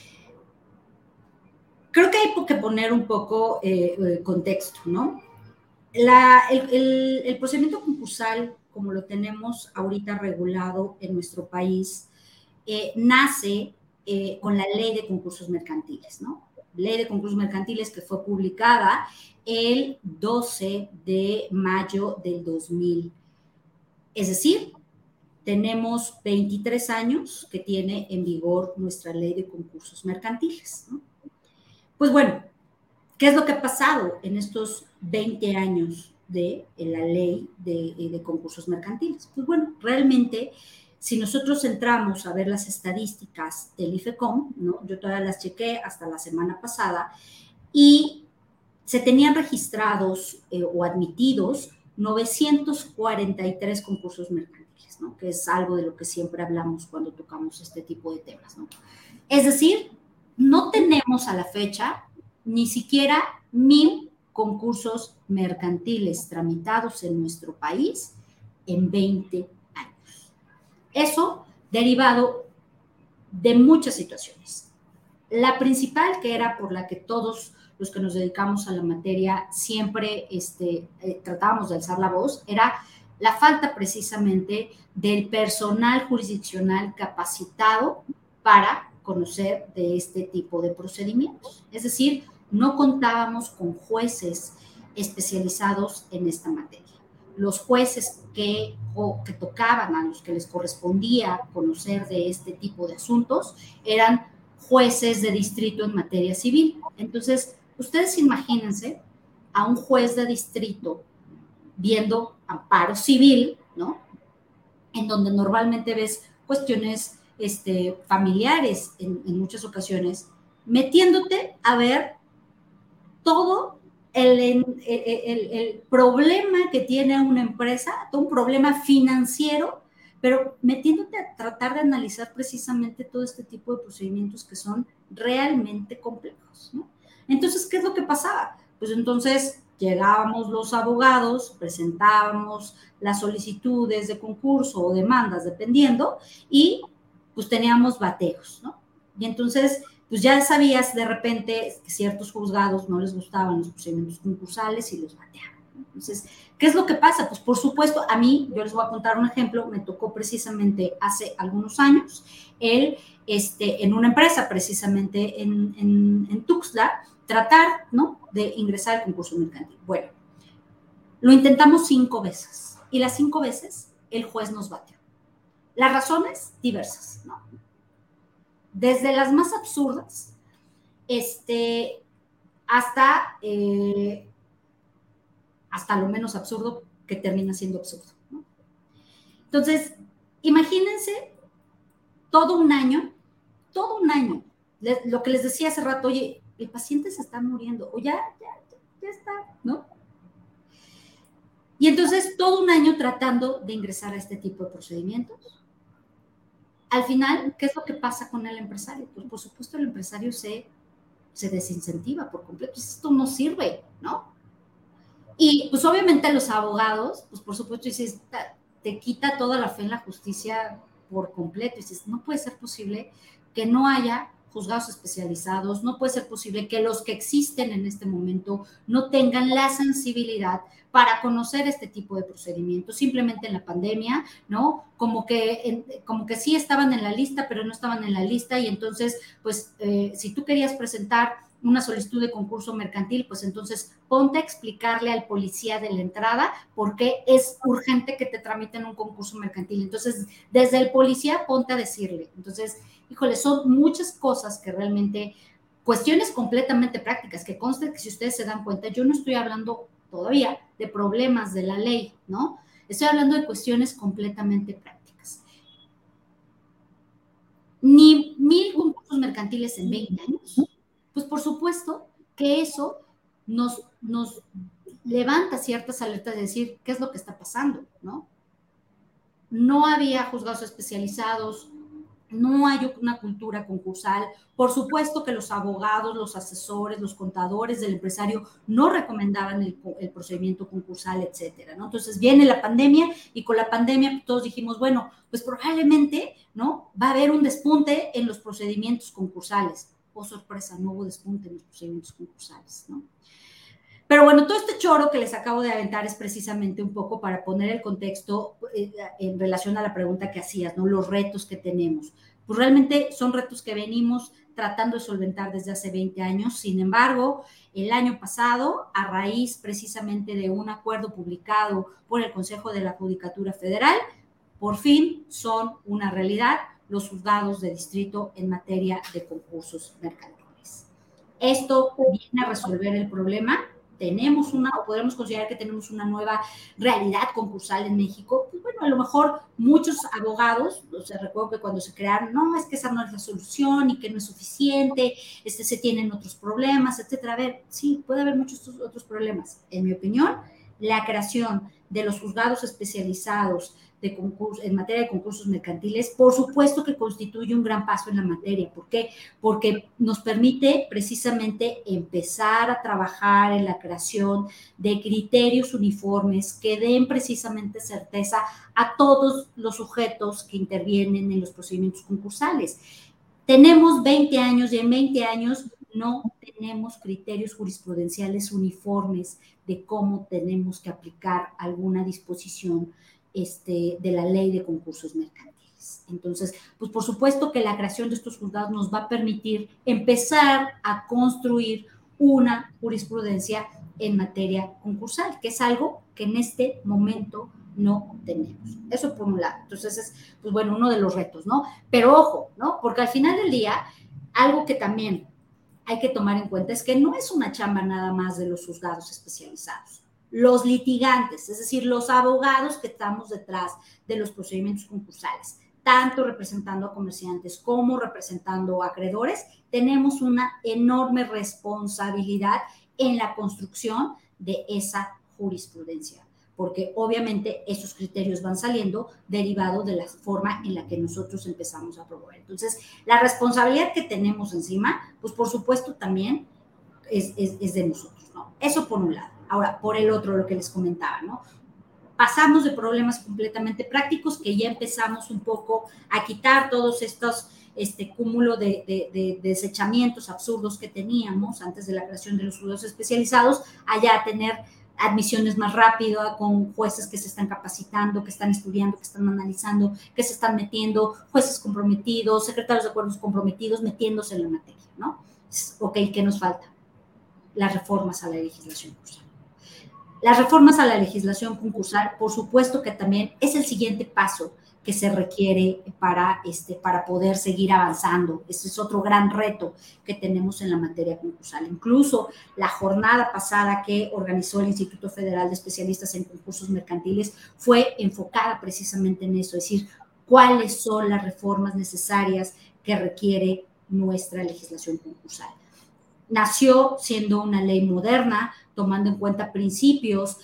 creo que hay que poner un poco eh, contexto, ¿no? La, el, el, el procedimiento concursal, como lo tenemos ahorita regulado en nuestro país, eh, nace eh, con la ley de concursos mercantiles, ¿no? Ley de concursos mercantiles que fue publicada el doce de mayo del dos mil. Es decir, tenemos veintitrés años que tiene en vigor nuestra ley de concursos mercantiles, ¿no? Pues bueno, ¿qué es lo que ha pasado en estos veinte años de la ley de, de concursos mercantiles? Pues bueno, realmente, si nosotros entramos a ver las estadísticas del IFECOM, ¿no? Yo todavía las chequé hasta la semana pasada, y se tenían registrados eh, o admitidos novecientos cuarenta y tres concursos mercantiles, ¿no? Que es algo de lo que siempre hablamos cuando tocamos este tipo de temas, ¿no? Es decir, no tenemos a la fecha ni siquiera mil concursos mercantiles tramitados en nuestro país en veinte años. Eso derivado de muchas situaciones. La principal, que era por la que todos los que nos dedicamos a la materia siempre este, eh, tratábamos de alzar la voz, era la falta precisamente del personal jurisdiccional capacitado para conocer de este tipo de procedimientos. Es decir, no contábamos con jueces especializados en esta materia. Los jueces que, o, que tocaban, a los que les correspondía conocer de este tipo de asuntos, eran jueces de distrito en materia civil. Entonces, ustedes imagínense a un juez de distrito viendo amparo civil, ¿no? En donde normalmente ves cuestiones este, familiares en, en muchas ocasiones, metiéndote a ver todo el, el, el, el problema que tiene una empresa, todo un problema financiero, pero metiéndote a tratar de analizar precisamente todo este tipo de procedimientos que son realmente complejos, ¿no? Entonces, ¿qué es lo que pasaba? Pues entonces llegábamos los abogados, presentábamos las solicitudes de concurso o demandas, dependiendo, y pues teníamos bateos, ¿no? Y entonces, pues ya sabías de repente que ciertos juzgados no les gustaban los procedimientos concursales y los bateaban, ¿no? Entonces, ¿qué es lo que pasa? Pues por supuesto, a mí, yo les voy a contar un ejemplo, me tocó precisamente hace algunos años, el, este, en una empresa precisamente en, en, en Tuxtla, tratar, ¿no?, de ingresar al concurso mercantil. Bueno, lo intentamos cinco veces y las cinco veces el juez nos bateó. Las razones diversas, ¿no? Desde las más absurdas este, hasta, eh, hasta lo menos absurdo que termina siendo absurdo, ¿no? Entonces, imagínense todo un año, todo un año, lo que les decía hace rato, oye, el paciente se está muriendo, o ya, ya, ya está, ¿no? Y entonces todo un año tratando de ingresar a este tipo de procedimientos. Al final, ¿qué es lo que pasa con el empresario? Pues por supuesto el empresario se, se desincentiva por completo, pues esto no sirve, ¿no? Y pues obviamente los abogados, pues por supuesto dices, te quita toda la fe en la justicia por completo, y dices, no puede ser posible que no haya juzgados especializados, no puede ser posible que los que existen en este momento no tengan la sensibilidad para conocer este tipo de procedimientos. Simplemente en la pandemia, ¿no? Como que, en, como que sí estaban en la lista, pero no estaban en la lista, y entonces, pues, eh, si tú querías presentar una solicitud de concurso mercantil, pues entonces ponte a explicarle al policía de la entrada por qué es urgente que te tramiten un concurso mercantil. Entonces, desde el policía ponte a decirle. Entonces, híjole, son muchas cosas que realmente, cuestiones completamente prácticas, que conste que si ustedes se dan cuenta, yo no estoy hablando todavía de problemas de la ley, ¿no? Estoy hablando de cuestiones completamente prácticas. Ni mil concursos mercantiles en veinte años. Pues por supuesto que eso nos, nos levanta ciertas alertas de decir qué es lo que está pasando, ¿no? No había juzgados especializados, no hay una cultura concursal. Por supuesto que los abogados, los asesores, los contadores del empresario no recomendaban el, el procedimiento concursal, etcétera, ¿no? Entonces viene la pandemia y con la pandemia todos dijimos, bueno, pues probablemente, ¿no?, va a haber un despunte en los procedimientos concursales. Oh, sorpresa, no hubo despunte en los procedimientos concursales, ¿no? Pero bueno, todo este choro que les acabo de aventar es precisamente un poco para poner el contexto eh, en relación a la pregunta que hacías, ¿no? Los retos que tenemos. Pues realmente son retos que venimos tratando de solventar desde hace veinte años. Sin embargo, el año pasado, a raíz precisamente de un acuerdo publicado por el Consejo de la Judicatura Federal, por fin son una realidad los juzgados de distrito en materia de concursos mercantiles. Esto viene a resolver el problema. Tenemos una, o podemos considerar que tenemos una nueva realidad concursal en México. Pues bueno, a lo mejor muchos abogados, o sea, recuerdo que cuando se crearon, no, es que esa no es la solución y que no es suficiente, este, se tienen otros problemas, etcétera. A ver, sí, puede haber muchos otros problemas. En mi opinión, la creación de los juzgados especializados de concurso, en materia de concursos mercantiles, por supuesto que constituye un gran paso en la materia. ¿Por qué? Porque nos permite precisamente empezar a trabajar en la creación de criterios uniformes que den precisamente certeza a todos los sujetos que intervienen en los procedimientos concursales. Tenemos veinte años y en veinte años no tenemos criterios jurisprudenciales uniformes de cómo tenemos que aplicar alguna disposición Este, de la ley de concursos mercantiles. Entonces, pues por supuesto que la creación de estos juzgados nos va a permitir empezar a construir una jurisprudencia en materia concursal, que es algo que en este momento no tenemos. Eso por un lado. Entonces, es, pues bueno, uno de los retos, ¿no? Pero ojo, ¿no? Porque al final del día, algo que también hay que tomar en cuenta es que no es una chamba nada más de los juzgados especializados. Los litigantes, es decir, los abogados que estamos detrás de los procedimientos concursales, tanto representando a comerciantes como representando a acreedores, tenemos una enorme responsabilidad en la construcción de esa jurisprudencia, porque obviamente esos criterios van saliendo derivados de la forma en la que nosotros empezamos a promover. Entonces, la responsabilidad que tenemos encima, pues por supuesto también es, es, es de nosotros, ¿no? Eso por un lado. Ahora, por el otro, lo que les comentaba, ¿no? Pasamos de problemas completamente prácticos que ya empezamos un poco a quitar todos estos este cúmulo de, de, de, de desechamientos absurdos que teníamos antes de la creación de los juzgados especializados, allá a tener admisiones más rápido, con jueces que se están capacitando, que están estudiando, que están analizando, que se están metiendo, jueces comprometidos, secretarios de acuerdos comprometidos, metiéndose en la materia, ¿no? Ok, ¿qué nos falta? Las reformas a la legislación concursal. Las reformas a la legislación concursal, por supuesto que también es el siguiente paso que se requiere para, este, para poder seguir avanzando. Ese es otro gran reto que tenemos en la materia concursal. Incluso la jornada pasada que organizó el Instituto Federal de Especialistas en Concursos Mercantiles fue enfocada precisamente en eso, es decir, cuáles son las reformas necesarias que requiere nuestra legislación concursal. Nació siendo una ley moderna, tomando en cuenta principios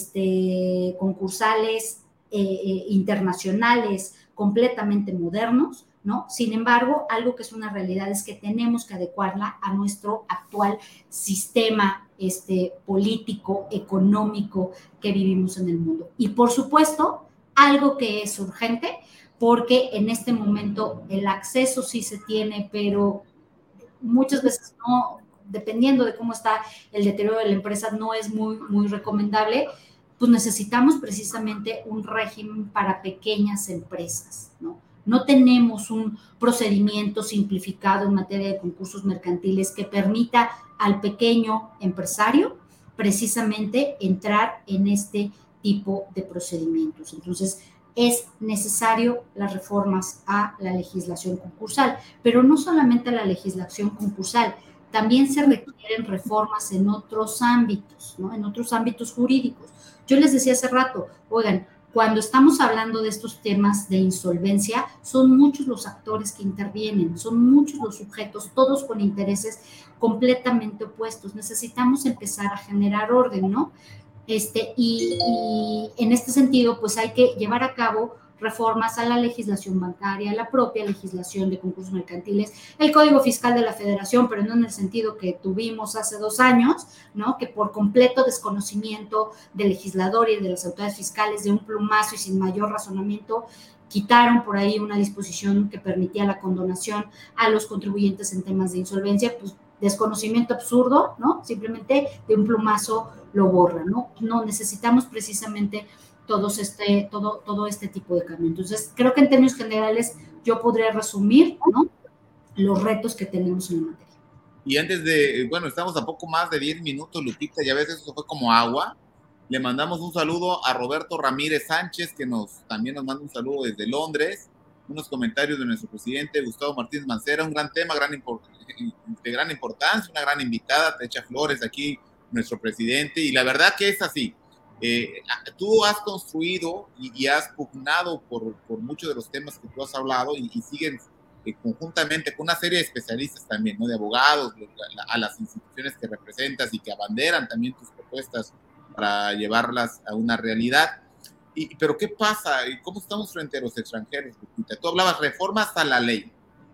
este, concursales eh, eh, internacionales completamente modernos, ¿no? Sin embargo, algo que es una realidad es que tenemos que adecuarla a nuestro actual sistema este, político, económico que vivimos en el mundo. Y por supuesto, algo que es urgente, porque en este momento el acceso sí se tiene, pero muchas veces no, dependiendo de cómo está el deterioro de la empresa, no es muy, muy recomendable, pues necesitamos precisamente un régimen para pequeñas empresas, ¿no? No tenemos un procedimiento simplificado en materia de concursos mercantiles que permita al pequeño empresario precisamente entrar en este tipo de procedimientos. Entonces, es necesario las reformas a la legislación concursal, pero no solamente a la legislación concursal, también se requieren reformas en otros ámbitos, ¿no? En otros ámbitos jurídicos. Yo les decía hace rato, oigan, cuando estamos hablando de estos temas de insolvencia, son muchos los actores que intervienen, son muchos los sujetos, todos con intereses completamente opuestos. Necesitamos empezar a generar orden, ¿no? Este, y, y en este sentido, pues hay que llevar a cabo reformas a la legislación bancaria, a la propia legislación de concursos mercantiles, el Código Fiscal de la Federación, pero no en el sentido que tuvimos hace dos años, ¿no? Que por completo desconocimiento del legislador y de las autoridades fiscales, de un plumazo y sin mayor razonamiento, quitaron por ahí una disposición que permitía la condonación a los contribuyentes en temas de insolvencia, pues desconocimiento absurdo, ¿no? Simplemente de un plumazo lo borra, ¿no? No, necesitamos precisamente todos este, todo, todo este tipo de cambio. Entonces, creo que en términos generales yo podría resumir, ¿no?, los retos que tenemos en la materia. Y antes de, bueno, estamos a poco más de diez minutos, Lupita, y a veces eso fue como agua. Le mandamos un saludo a Roberto Ramírez Sánchez, que nos también nos manda un saludo desde Londres. Unos comentarios de nuestro presidente Gustavo Martínez Mancera, un gran tema, gran import- de gran importancia, una gran invitada, te echa flores aquí nuestro presidente, y la verdad que es así. Eh, tú has construido y, y has pugnado por, por muchos de los temas que tú has hablado y, y siguen eh, conjuntamente con una serie de especialistas también, ¿no? De abogados, la, a las instituciones que representas y que abanderan también tus propuestas para llevarlas a una realidad. Y, pero ¿qué pasa? ¿Cómo estamos frente a los extranjeros, Lupita? Tú hablabas reformas a la ley.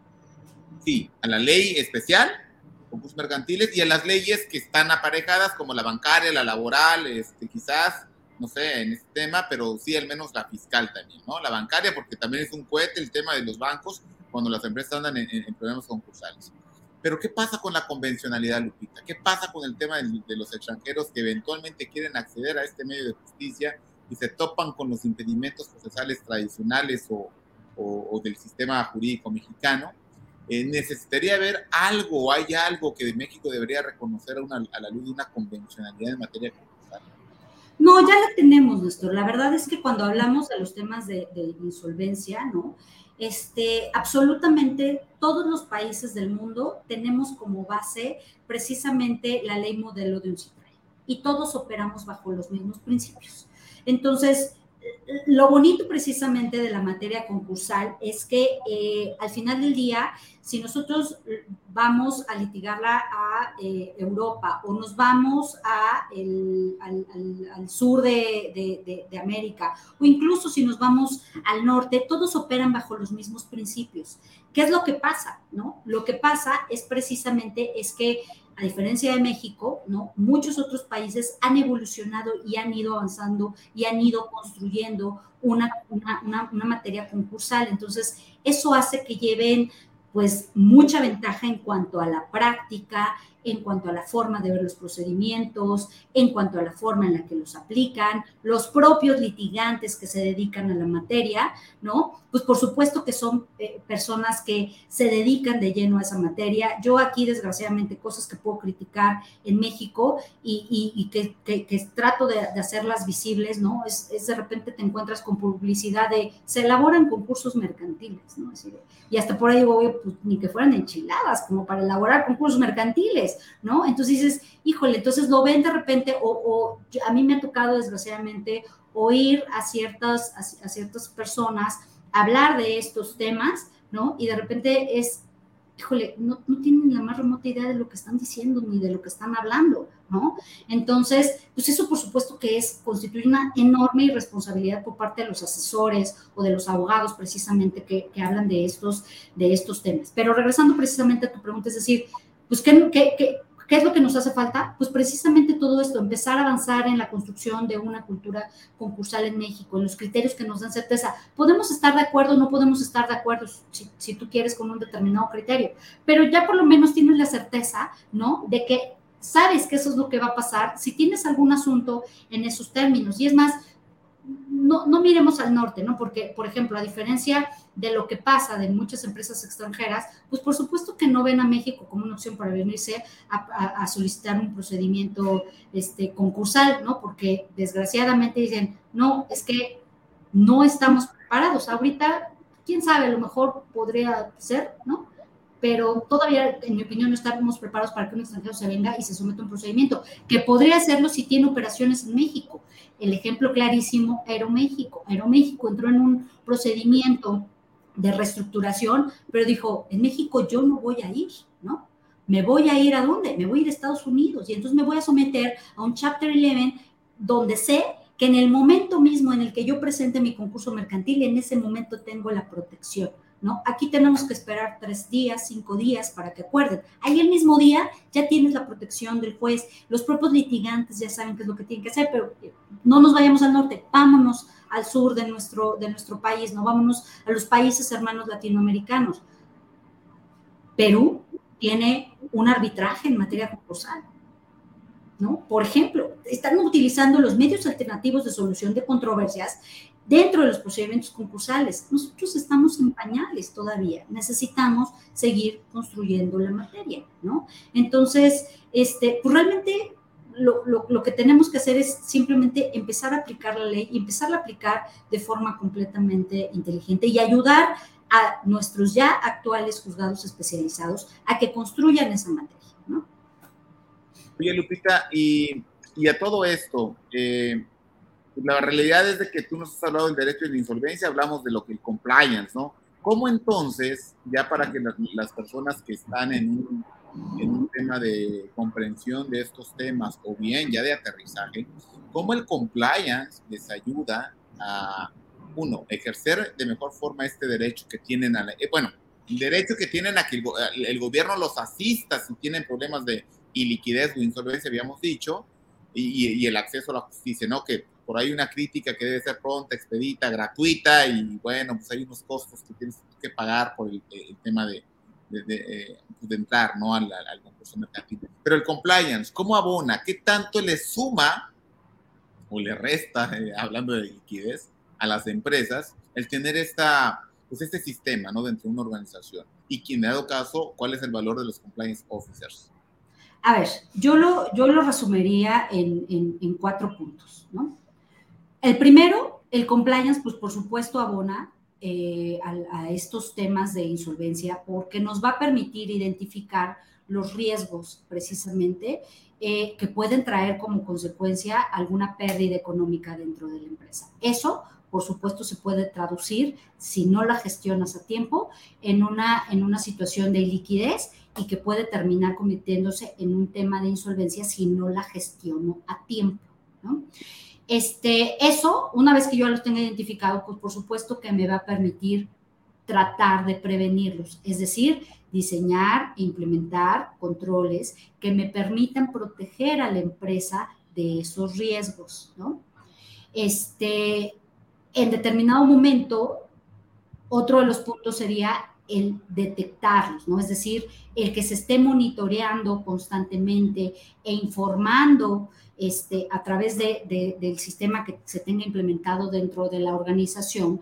Sí, a la ley especial, concursos mercantiles, y a las leyes que están aparejadas, como la bancaria, la laboral, este, quizás, no sé, en este tema, pero sí al menos la fiscal también, ¿no? La bancaria, porque también es un cohete el tema de los bancos cuando las empresas andan en, en, en problemas concursales. Pero ¿qué pasa con la convencionalidad, Lupita? ¿Qué pasa con el tema de, de los extranjeros que eventualmente quieren acceder a este medio de justicia y se topan con los impedimentos procesales tradicionales o, o, o del sistema jurídico mexicano? Eh, necesitaría haber algo, hay algo que México debería reconocer a, una, a la luz de una convencionalidad en materia concursal. No, ya la tenemos, Néstor. La verdad es que cuando hablamos de los temas de, de insolvencia, ¿no? Este, absolutamente todos los países del mundo tenemos como base precisamente la ley modelo de un C I T R A E y todos operamos bajo los mismos principios. Entonces, lo bonito precisamente de la materia concursal es que eh, al final del día, si nosotros vamos a litigarla a eh, Europa o nos vamos a el, al, al, al sur de, de, de, de América o incluso si nos vamos al norte, todos operan bajo los mismos principios. ¿Qué es lo que pasa? ¿No? Lo que pasa es precisamente es que a diferencia de México, ¿no? Muchos otros países han evolucionado y han ido avanzando y han ido construyendo una, una, una, una materia concursal. Entonces, eso hace que lleven pues mucha ventaja en cuanto a la práctica, en cuanto a la forma de ver los procedimientos, en cuanto a la forma en la que los aplican, los propios litigantes que se dedican a la materia, ¿no? Pues por supuesto que son eh, personas que se dedican de lleno a esa materia. Yo aquí, desgraciadamente, cosas que puedo criticar en México y, y, y que, que, que trato de, de hacerlas visibles, ¿no? Es, es de repente te encuentras con publicidad de, se elaboran concursos mercantiles, ¿no? Así de, y hasta por ahí digo, oye, pues ni que fueran enchiladas, como para elaborar concursos mercantiles, ¿no? Entonces dices, híjole, entonces lo ven de repente, o, o a mí me ha tocado desgraciadamente oír a ciertas, a, a ciertas personas hablar de estos temas, ¿no? Y de repente es, híjole, no, no tienen la más remota idea de lo que están diciendo ni de lo que están hablando, ¿no? Entonces, pues eso por supuesto que es, constituye una enorme irresponsabilidad por parte de los asesores o de los abogados precisamente que, que hablan de estos, de estos temas. Pero regresando precisamente a tu pregunta, es decir, pues, ¿qué, qué, qué, ¿qué es lo que nos hace falta? Pues precisamente todo esto, empezar a avanzar en la construcción de una cultura concursal en México, en los criterios que nos dan certeza. Podemos estar de acuerdo, no podemos estar de acuerdo, si, si tú quieres, con un determinado criterio, pero ya por lo menos tienes la certeza, ¿no?, de que sabes que eso es lo que va a pasar si tienes algún asunto en esos términos. Y es más, no, no miremos al norte, ¿no? Porque, por ejemplo, a diferencia de lo que pasa de muchas empresas extranjeras, pues por supuesto que no ven a México como una opción para venirse a, a, a solicitar un procedimiento este, concursal, ¿no? Porque desgraciadamente dicen, no, es que no estamos preparados. Ahorita, quién sabe, a lo mejor podría ser, ¿no? Pero todavía, en mi opinión, no estamos preparados para que un extranjero se venga y se someta a un procedimiento, que podría hacerlo si tiene operaciones en México. El ejemplo clarísimo, Aeroméxico. Aeroméxico entró en un procedimiento de reestructuración, pero dijo, en México yo no voy a ir, ¿no? ¿Me voy a ir a dónde? Me voy a ir a Estados Unidos y entonces me voy a someter a un Chapter once donde sé que en el momento mismo en el que yo presente mi concurso mercantil, en ese momento tengo la protección, ¿no? Aquí tenemos que esperar tres días, cinco días para que acuerden. Ahí el mismo día ya tienes la protección del juez. Los propios litigantes ya saben qué es lo que tienen que hacer, pero no nos vayamos al norte, vámonos al sur de nuestro, de nuestro país, no vámonos a los países hermanos latinoamericanos. Perú tiene un arbitraje en materia concursal, ¿no? Por ejemplo, están utilizando los medios alternativos de solución de controversias dentro de los procedimientos concursales. Nosotros estamos en pañales todavía, necesitamos seguir construyendo la materia, ¿no? Entonces, este, pues realmente lo, lo, lo que tenemos que hacer es simplemente empezar a aplicar la ley y empezar a aplicar de forma completamente inteligente y ayudar a nuestros ya actuales juzgados especializados a que construyan esa materia, ¿no? Oye, Lupita, y, y a todo esto, eh, la realidad es de que tú nos has hablado del derecho de la insolvencia, hablamos de lo que el compliance, ¿no? ¿Cómo entonces, ya para que las, las personas que están en un, en un tema de comprensión de estos temas, o bien ya de aterrizaje, cómo el compliance les ayuda a, uno, ejercer de mejor forma este derecho que tienen a la, eh, bueno, el derecho que tienen a que el, el gobierno los asista si tienen problemas de iliquidez o insolvencia, habíamos dicho, y, y el acceso a la justicia, ¿no? Que por ahí una crítica que debe ser pronta, expedita, gratuita, y bueno, pues hay unos costos que tienes que pagar por el, el tema de, de, de, de entrar, ¿no? Al, al concurso mercantil. Pero el compliance, ¿cómo abona? ¿Qué tanto le suma o le resta, eh, hablando de liquidez, a las empresas el tener esta, pues este sistema, ¿no? Dentro de una organización? Y quien me ha dado caso, ¿cuál es el valor de los compliance officers? A ver, yo lo, yo lo resumiría en, en, en cuatro puntos, ¿no? El primero, el compliance, pues por supuesto abona eh, a, a estos temas de insolvencia porque nos va a permitir identificar los riesgos precisamente eh, que pueden traer como consecuencia alguna pérdida económica dentro de la empresa. Eso, por supuesto, se puede traducir, si no la gestionas a tiempo, en una, en una situación de iliquidez y que puede terminar convirtiéndose en un tema de insolvencia si no la gestiono a tiempo, ¿no? Este, eso, una vez que yo los tenga identificados, pues por supuesto que me va a permitir tratar de prevenirlos, es decir, diseñar e implementar controles que me permitan proteger a la empresa de esos riesgos, ¿no? Este, en determinado momento, otro de los puntos sería el detectarlos, ¿no? Es decir, el que se esté monitoreando constantemente e informando este, a través de, de, del sistema que se tenga implementado dentro de la organización,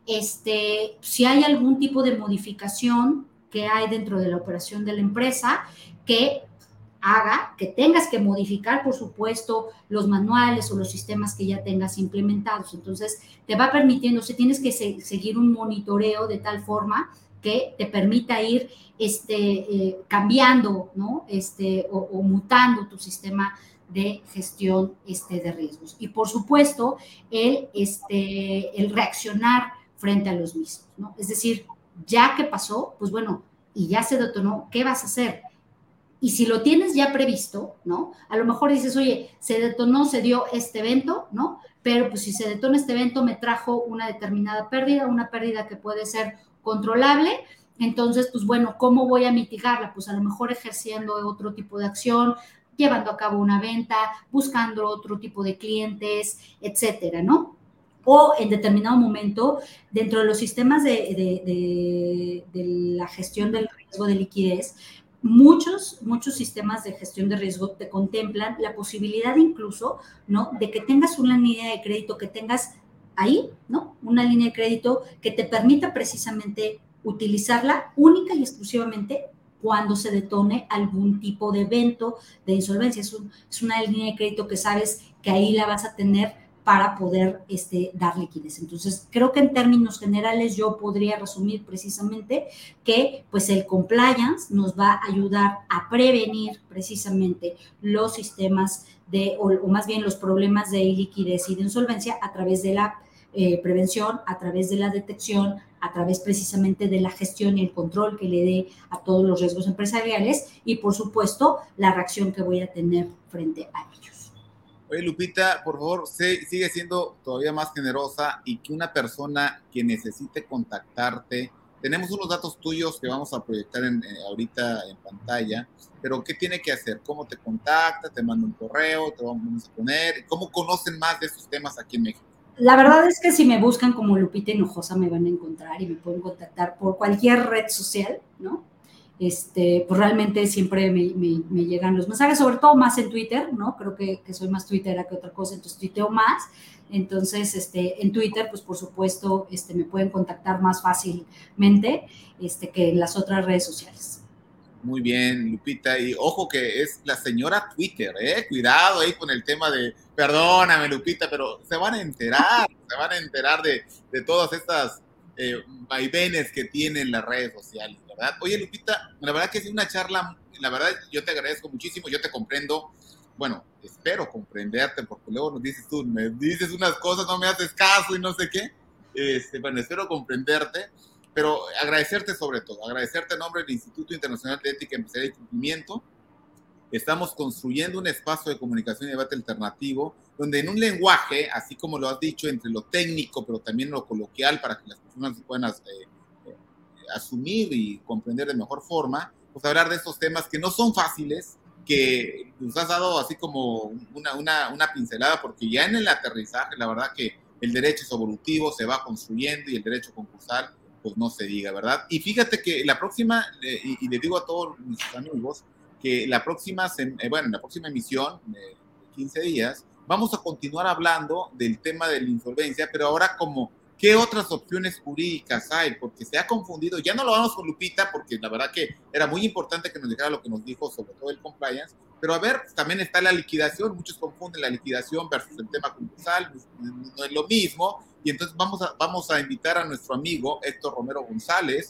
este, si hay algún tipo de modificación que hay dentro de la operación de la empresa que haga que tengas que modificar, por supuesto, los manuales o los sistemas que ya tengas implementados. Entonces, te va permitiendo, si tienes que se, seguir un monitoreo de tal forma que te permita ir este, eh, cambiando, ¿no? Este, o, o mutando tu sistema de gestión este, de riesgos. Y, por supuesto, el, este, el reaccionar frente a los mismos, ¿no? Es decir, ya que pasó, pues bueno, y ya se detonó, ¿qué vas a hacer? Y si lo tienes ya previsto, ¿no? A lo mejor dices, oye, se detonó, se dio este evento, ¿no? Pero pues si se detona este evento me trajo una determinada pérdida, una pérdida que puede ser controlable. Entonces, pues bueno, ¿cómo voy a mitigarla? Pues a lo mejor ejerciendo otro tipo de acción, llevando a cabo una venta, buscando otro tipo de clientes, etcétera, ¿no? O en determinado momento, dentro de los sistemas de, de, de, de la gestión del riesgo de liquidez, muchos, muchos sistemas de gestión de riesgo te contemplan la posibilidad incluso, ¿no? De que tengas una línea de crédito, que tengas ahí, ¿no? Una línea de crédito que te permita precisamente utilizarla única y exclusivamente cuando se detone algún tipo de evento de insolvencia. Es, un, es una línea de crédito que sabes que ahí la vas a tener para poder este, dar liquidez. Entonces, creo que en términos generales yo podría resumir precisamente que pues el compliance nos va a ayudar a prevenir precisamente los sistemas de, o, o más bien los problemas de iliquidez y de insolvencia a través de la eh, prevención, a través de la detección, a través precisamente de la gestión y el control que le dé a todos los riesgos empresariales y, por supuesto, la reacción que voy a tener frente a ellos. Oye, Lupita, por favor, sé, sigue siendo todavía más generosa y que una persona que necesite contactarte, tenemos unos datos tuyos que vamos a proyectar en, eh, ahorita en pantalla, pero ¿qué tiene que hacer? ¿Cómo te contacta? ¿Te manda un correo? ¿Te vamos a poner? ¿Cómo conocen más de estos temas aquí en México? La verdad es que si me buscan como Lupita Hinojosa me van a encontrar y me pueden contactar por cualquier red social, ¿no? Este, pues realmente siempre me, me, me llegan los mensajes, sobre todo más en Twitter, ¿no? Creo que, que soy más tuitera que otra cosa, entonces tuiteo más. Entonces, este, en Twitter, pues por supuesto, este, me pueden contactar más fácilmente este, que en las otras redes sociales. Muy bien, Lupita, y ojo que es la señora Twitter, ¿eh? Cuidado ahí con el tema de, perdóname, Lupita, pero se van a enterar, se van a enterar de, de todas estas eh, vaivenes que tienen las redes sociales, ¿verdad? Oye, Lupita, la verdad que es una charla, la verdad yo te agradezco muchísimo, yo te comprendo, bueno, espero comprenderte, porque luego nos dices tú, me dices unas cosas, no me haces caso y no sé qué, este, bueno, espero comprenderte. Pero agradecerte sobre todo, agradecerte en nombre del Instituto Internacional de Ética Empresarial y Cumplimiento. Estamos construyendo un espacio de comunicación y debate alternativo, donde en un lenguaje, así como lo has dicho, entre lo técnico, pero también lo coloquial, para que las personas puedan eh, eh, asumir y comprender de mejor forma, pues hablar de estos temas que no son fáciles, que nos has dado así como una, una, una pincelada, porque ya en el aterrizaje, la verdad que el derecho evolutivo se va construyendo y el derecho concursal pues no se diga, ¿verdad? Y fíjate que la próxima, eh, y, y le digo a todos mis amigos, que la próxima, eh, bueno, la próxima emisión de quince días, vamos a continuar hablando del tema de la insolvencia, pero ahora como, ¿qué otras opciones jurídicas hay? Porque se ha confundido, ya no lo vamos con Lupita, porque la verdad que era muy importante que nos dijera lo que nos dijo sobre todo el compliance, pero a ver, también está la liquidación, muchos confunden la liquidación versus el tema concursal, no es lo mismo. Y entonces vamos a, vamos a invitar a nuestro amigo Héctor Romero González,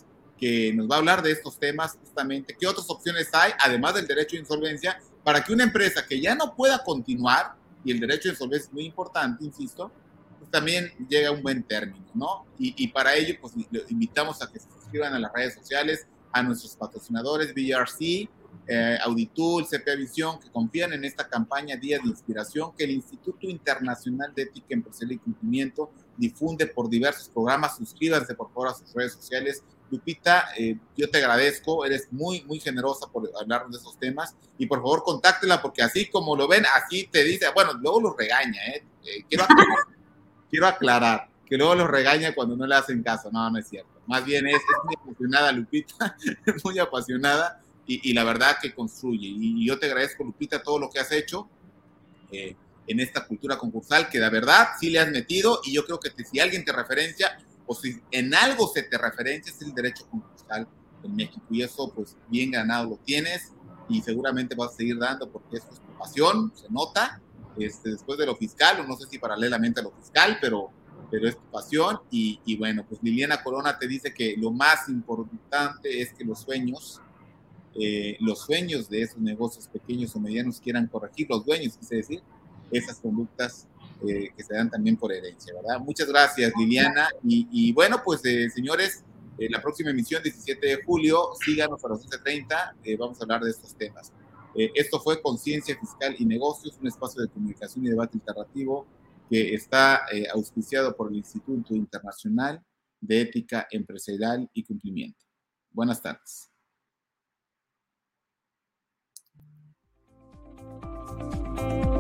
que nos va a hablar de estos temas justamente, qué otras opciones hay, además del derecho de insolvencia, para que una empresa que ya no pueda continuar, y el derecho de insolvencia es muy importante, insisto, pues también llegue a un buen término, ¿no? Y, y para ello, pues invitamos a que se suscriban a las redes sociales, a nuestros patrocinadores, B R C, eh, Auditool, C P A Visión, que confían en esta campaña Días de Inspiración que el Instituto Internacional de Ética Empresarial y Cumplimiento difunde por diversos programas. Suscríbanse por favor a sus redes sociales. Lupita, eh, yo te agradezco, eres muy, muy generosa por hablarnos de esos temas y por favor contáctela porque así como lo ven, así te dice, bueno, luego los regaña, ¿eh? eh quiero, aclarar, quiero aclarar que luego los regaña cuando no le hacen caso. No, no es cierto. Más bien es, es muy apasionada Lupita, es muy apasionada y, y la verdad que construye. Y, y yo te agradezco, Lupita, todo lo que has hecho eh, en esta cultura concursal, que de verdad sí le has metido y yo creo que te, si alguien te referencia o si en algo se te referencia es el derecho concursal en México y eso pues bien ganado lo tienes y seguramente vas a seguir dando porque eso es tu pasión, se nota, este, después de lo fiscal o no sé si paralelamente a lo fiscal, pero pero es tu pasión y, y bueno, pues Liliana Corona te dice que lo más importante es que los sueños, eh, los sueños de esos negocios pequeños o medianos quieran corregir, los dueños, quise decir, esas conductas eh, que se dan también por herencia, ¿verdad? Muchas gracias, Liliana. Y, y bueno, pues eh, señores, eh, la próxima emisión, diecisiete de julio, síganos a las once treinta, eh, vamos a hablar de estos temas. Eh, esto fue Conciencia Fiscal y Negocios, un espacio de comunicación y debate alternativo que está eh, auspiciado por el Instituto Internacional de Ética Empresarial y Cumplimiento. Buenas tardes.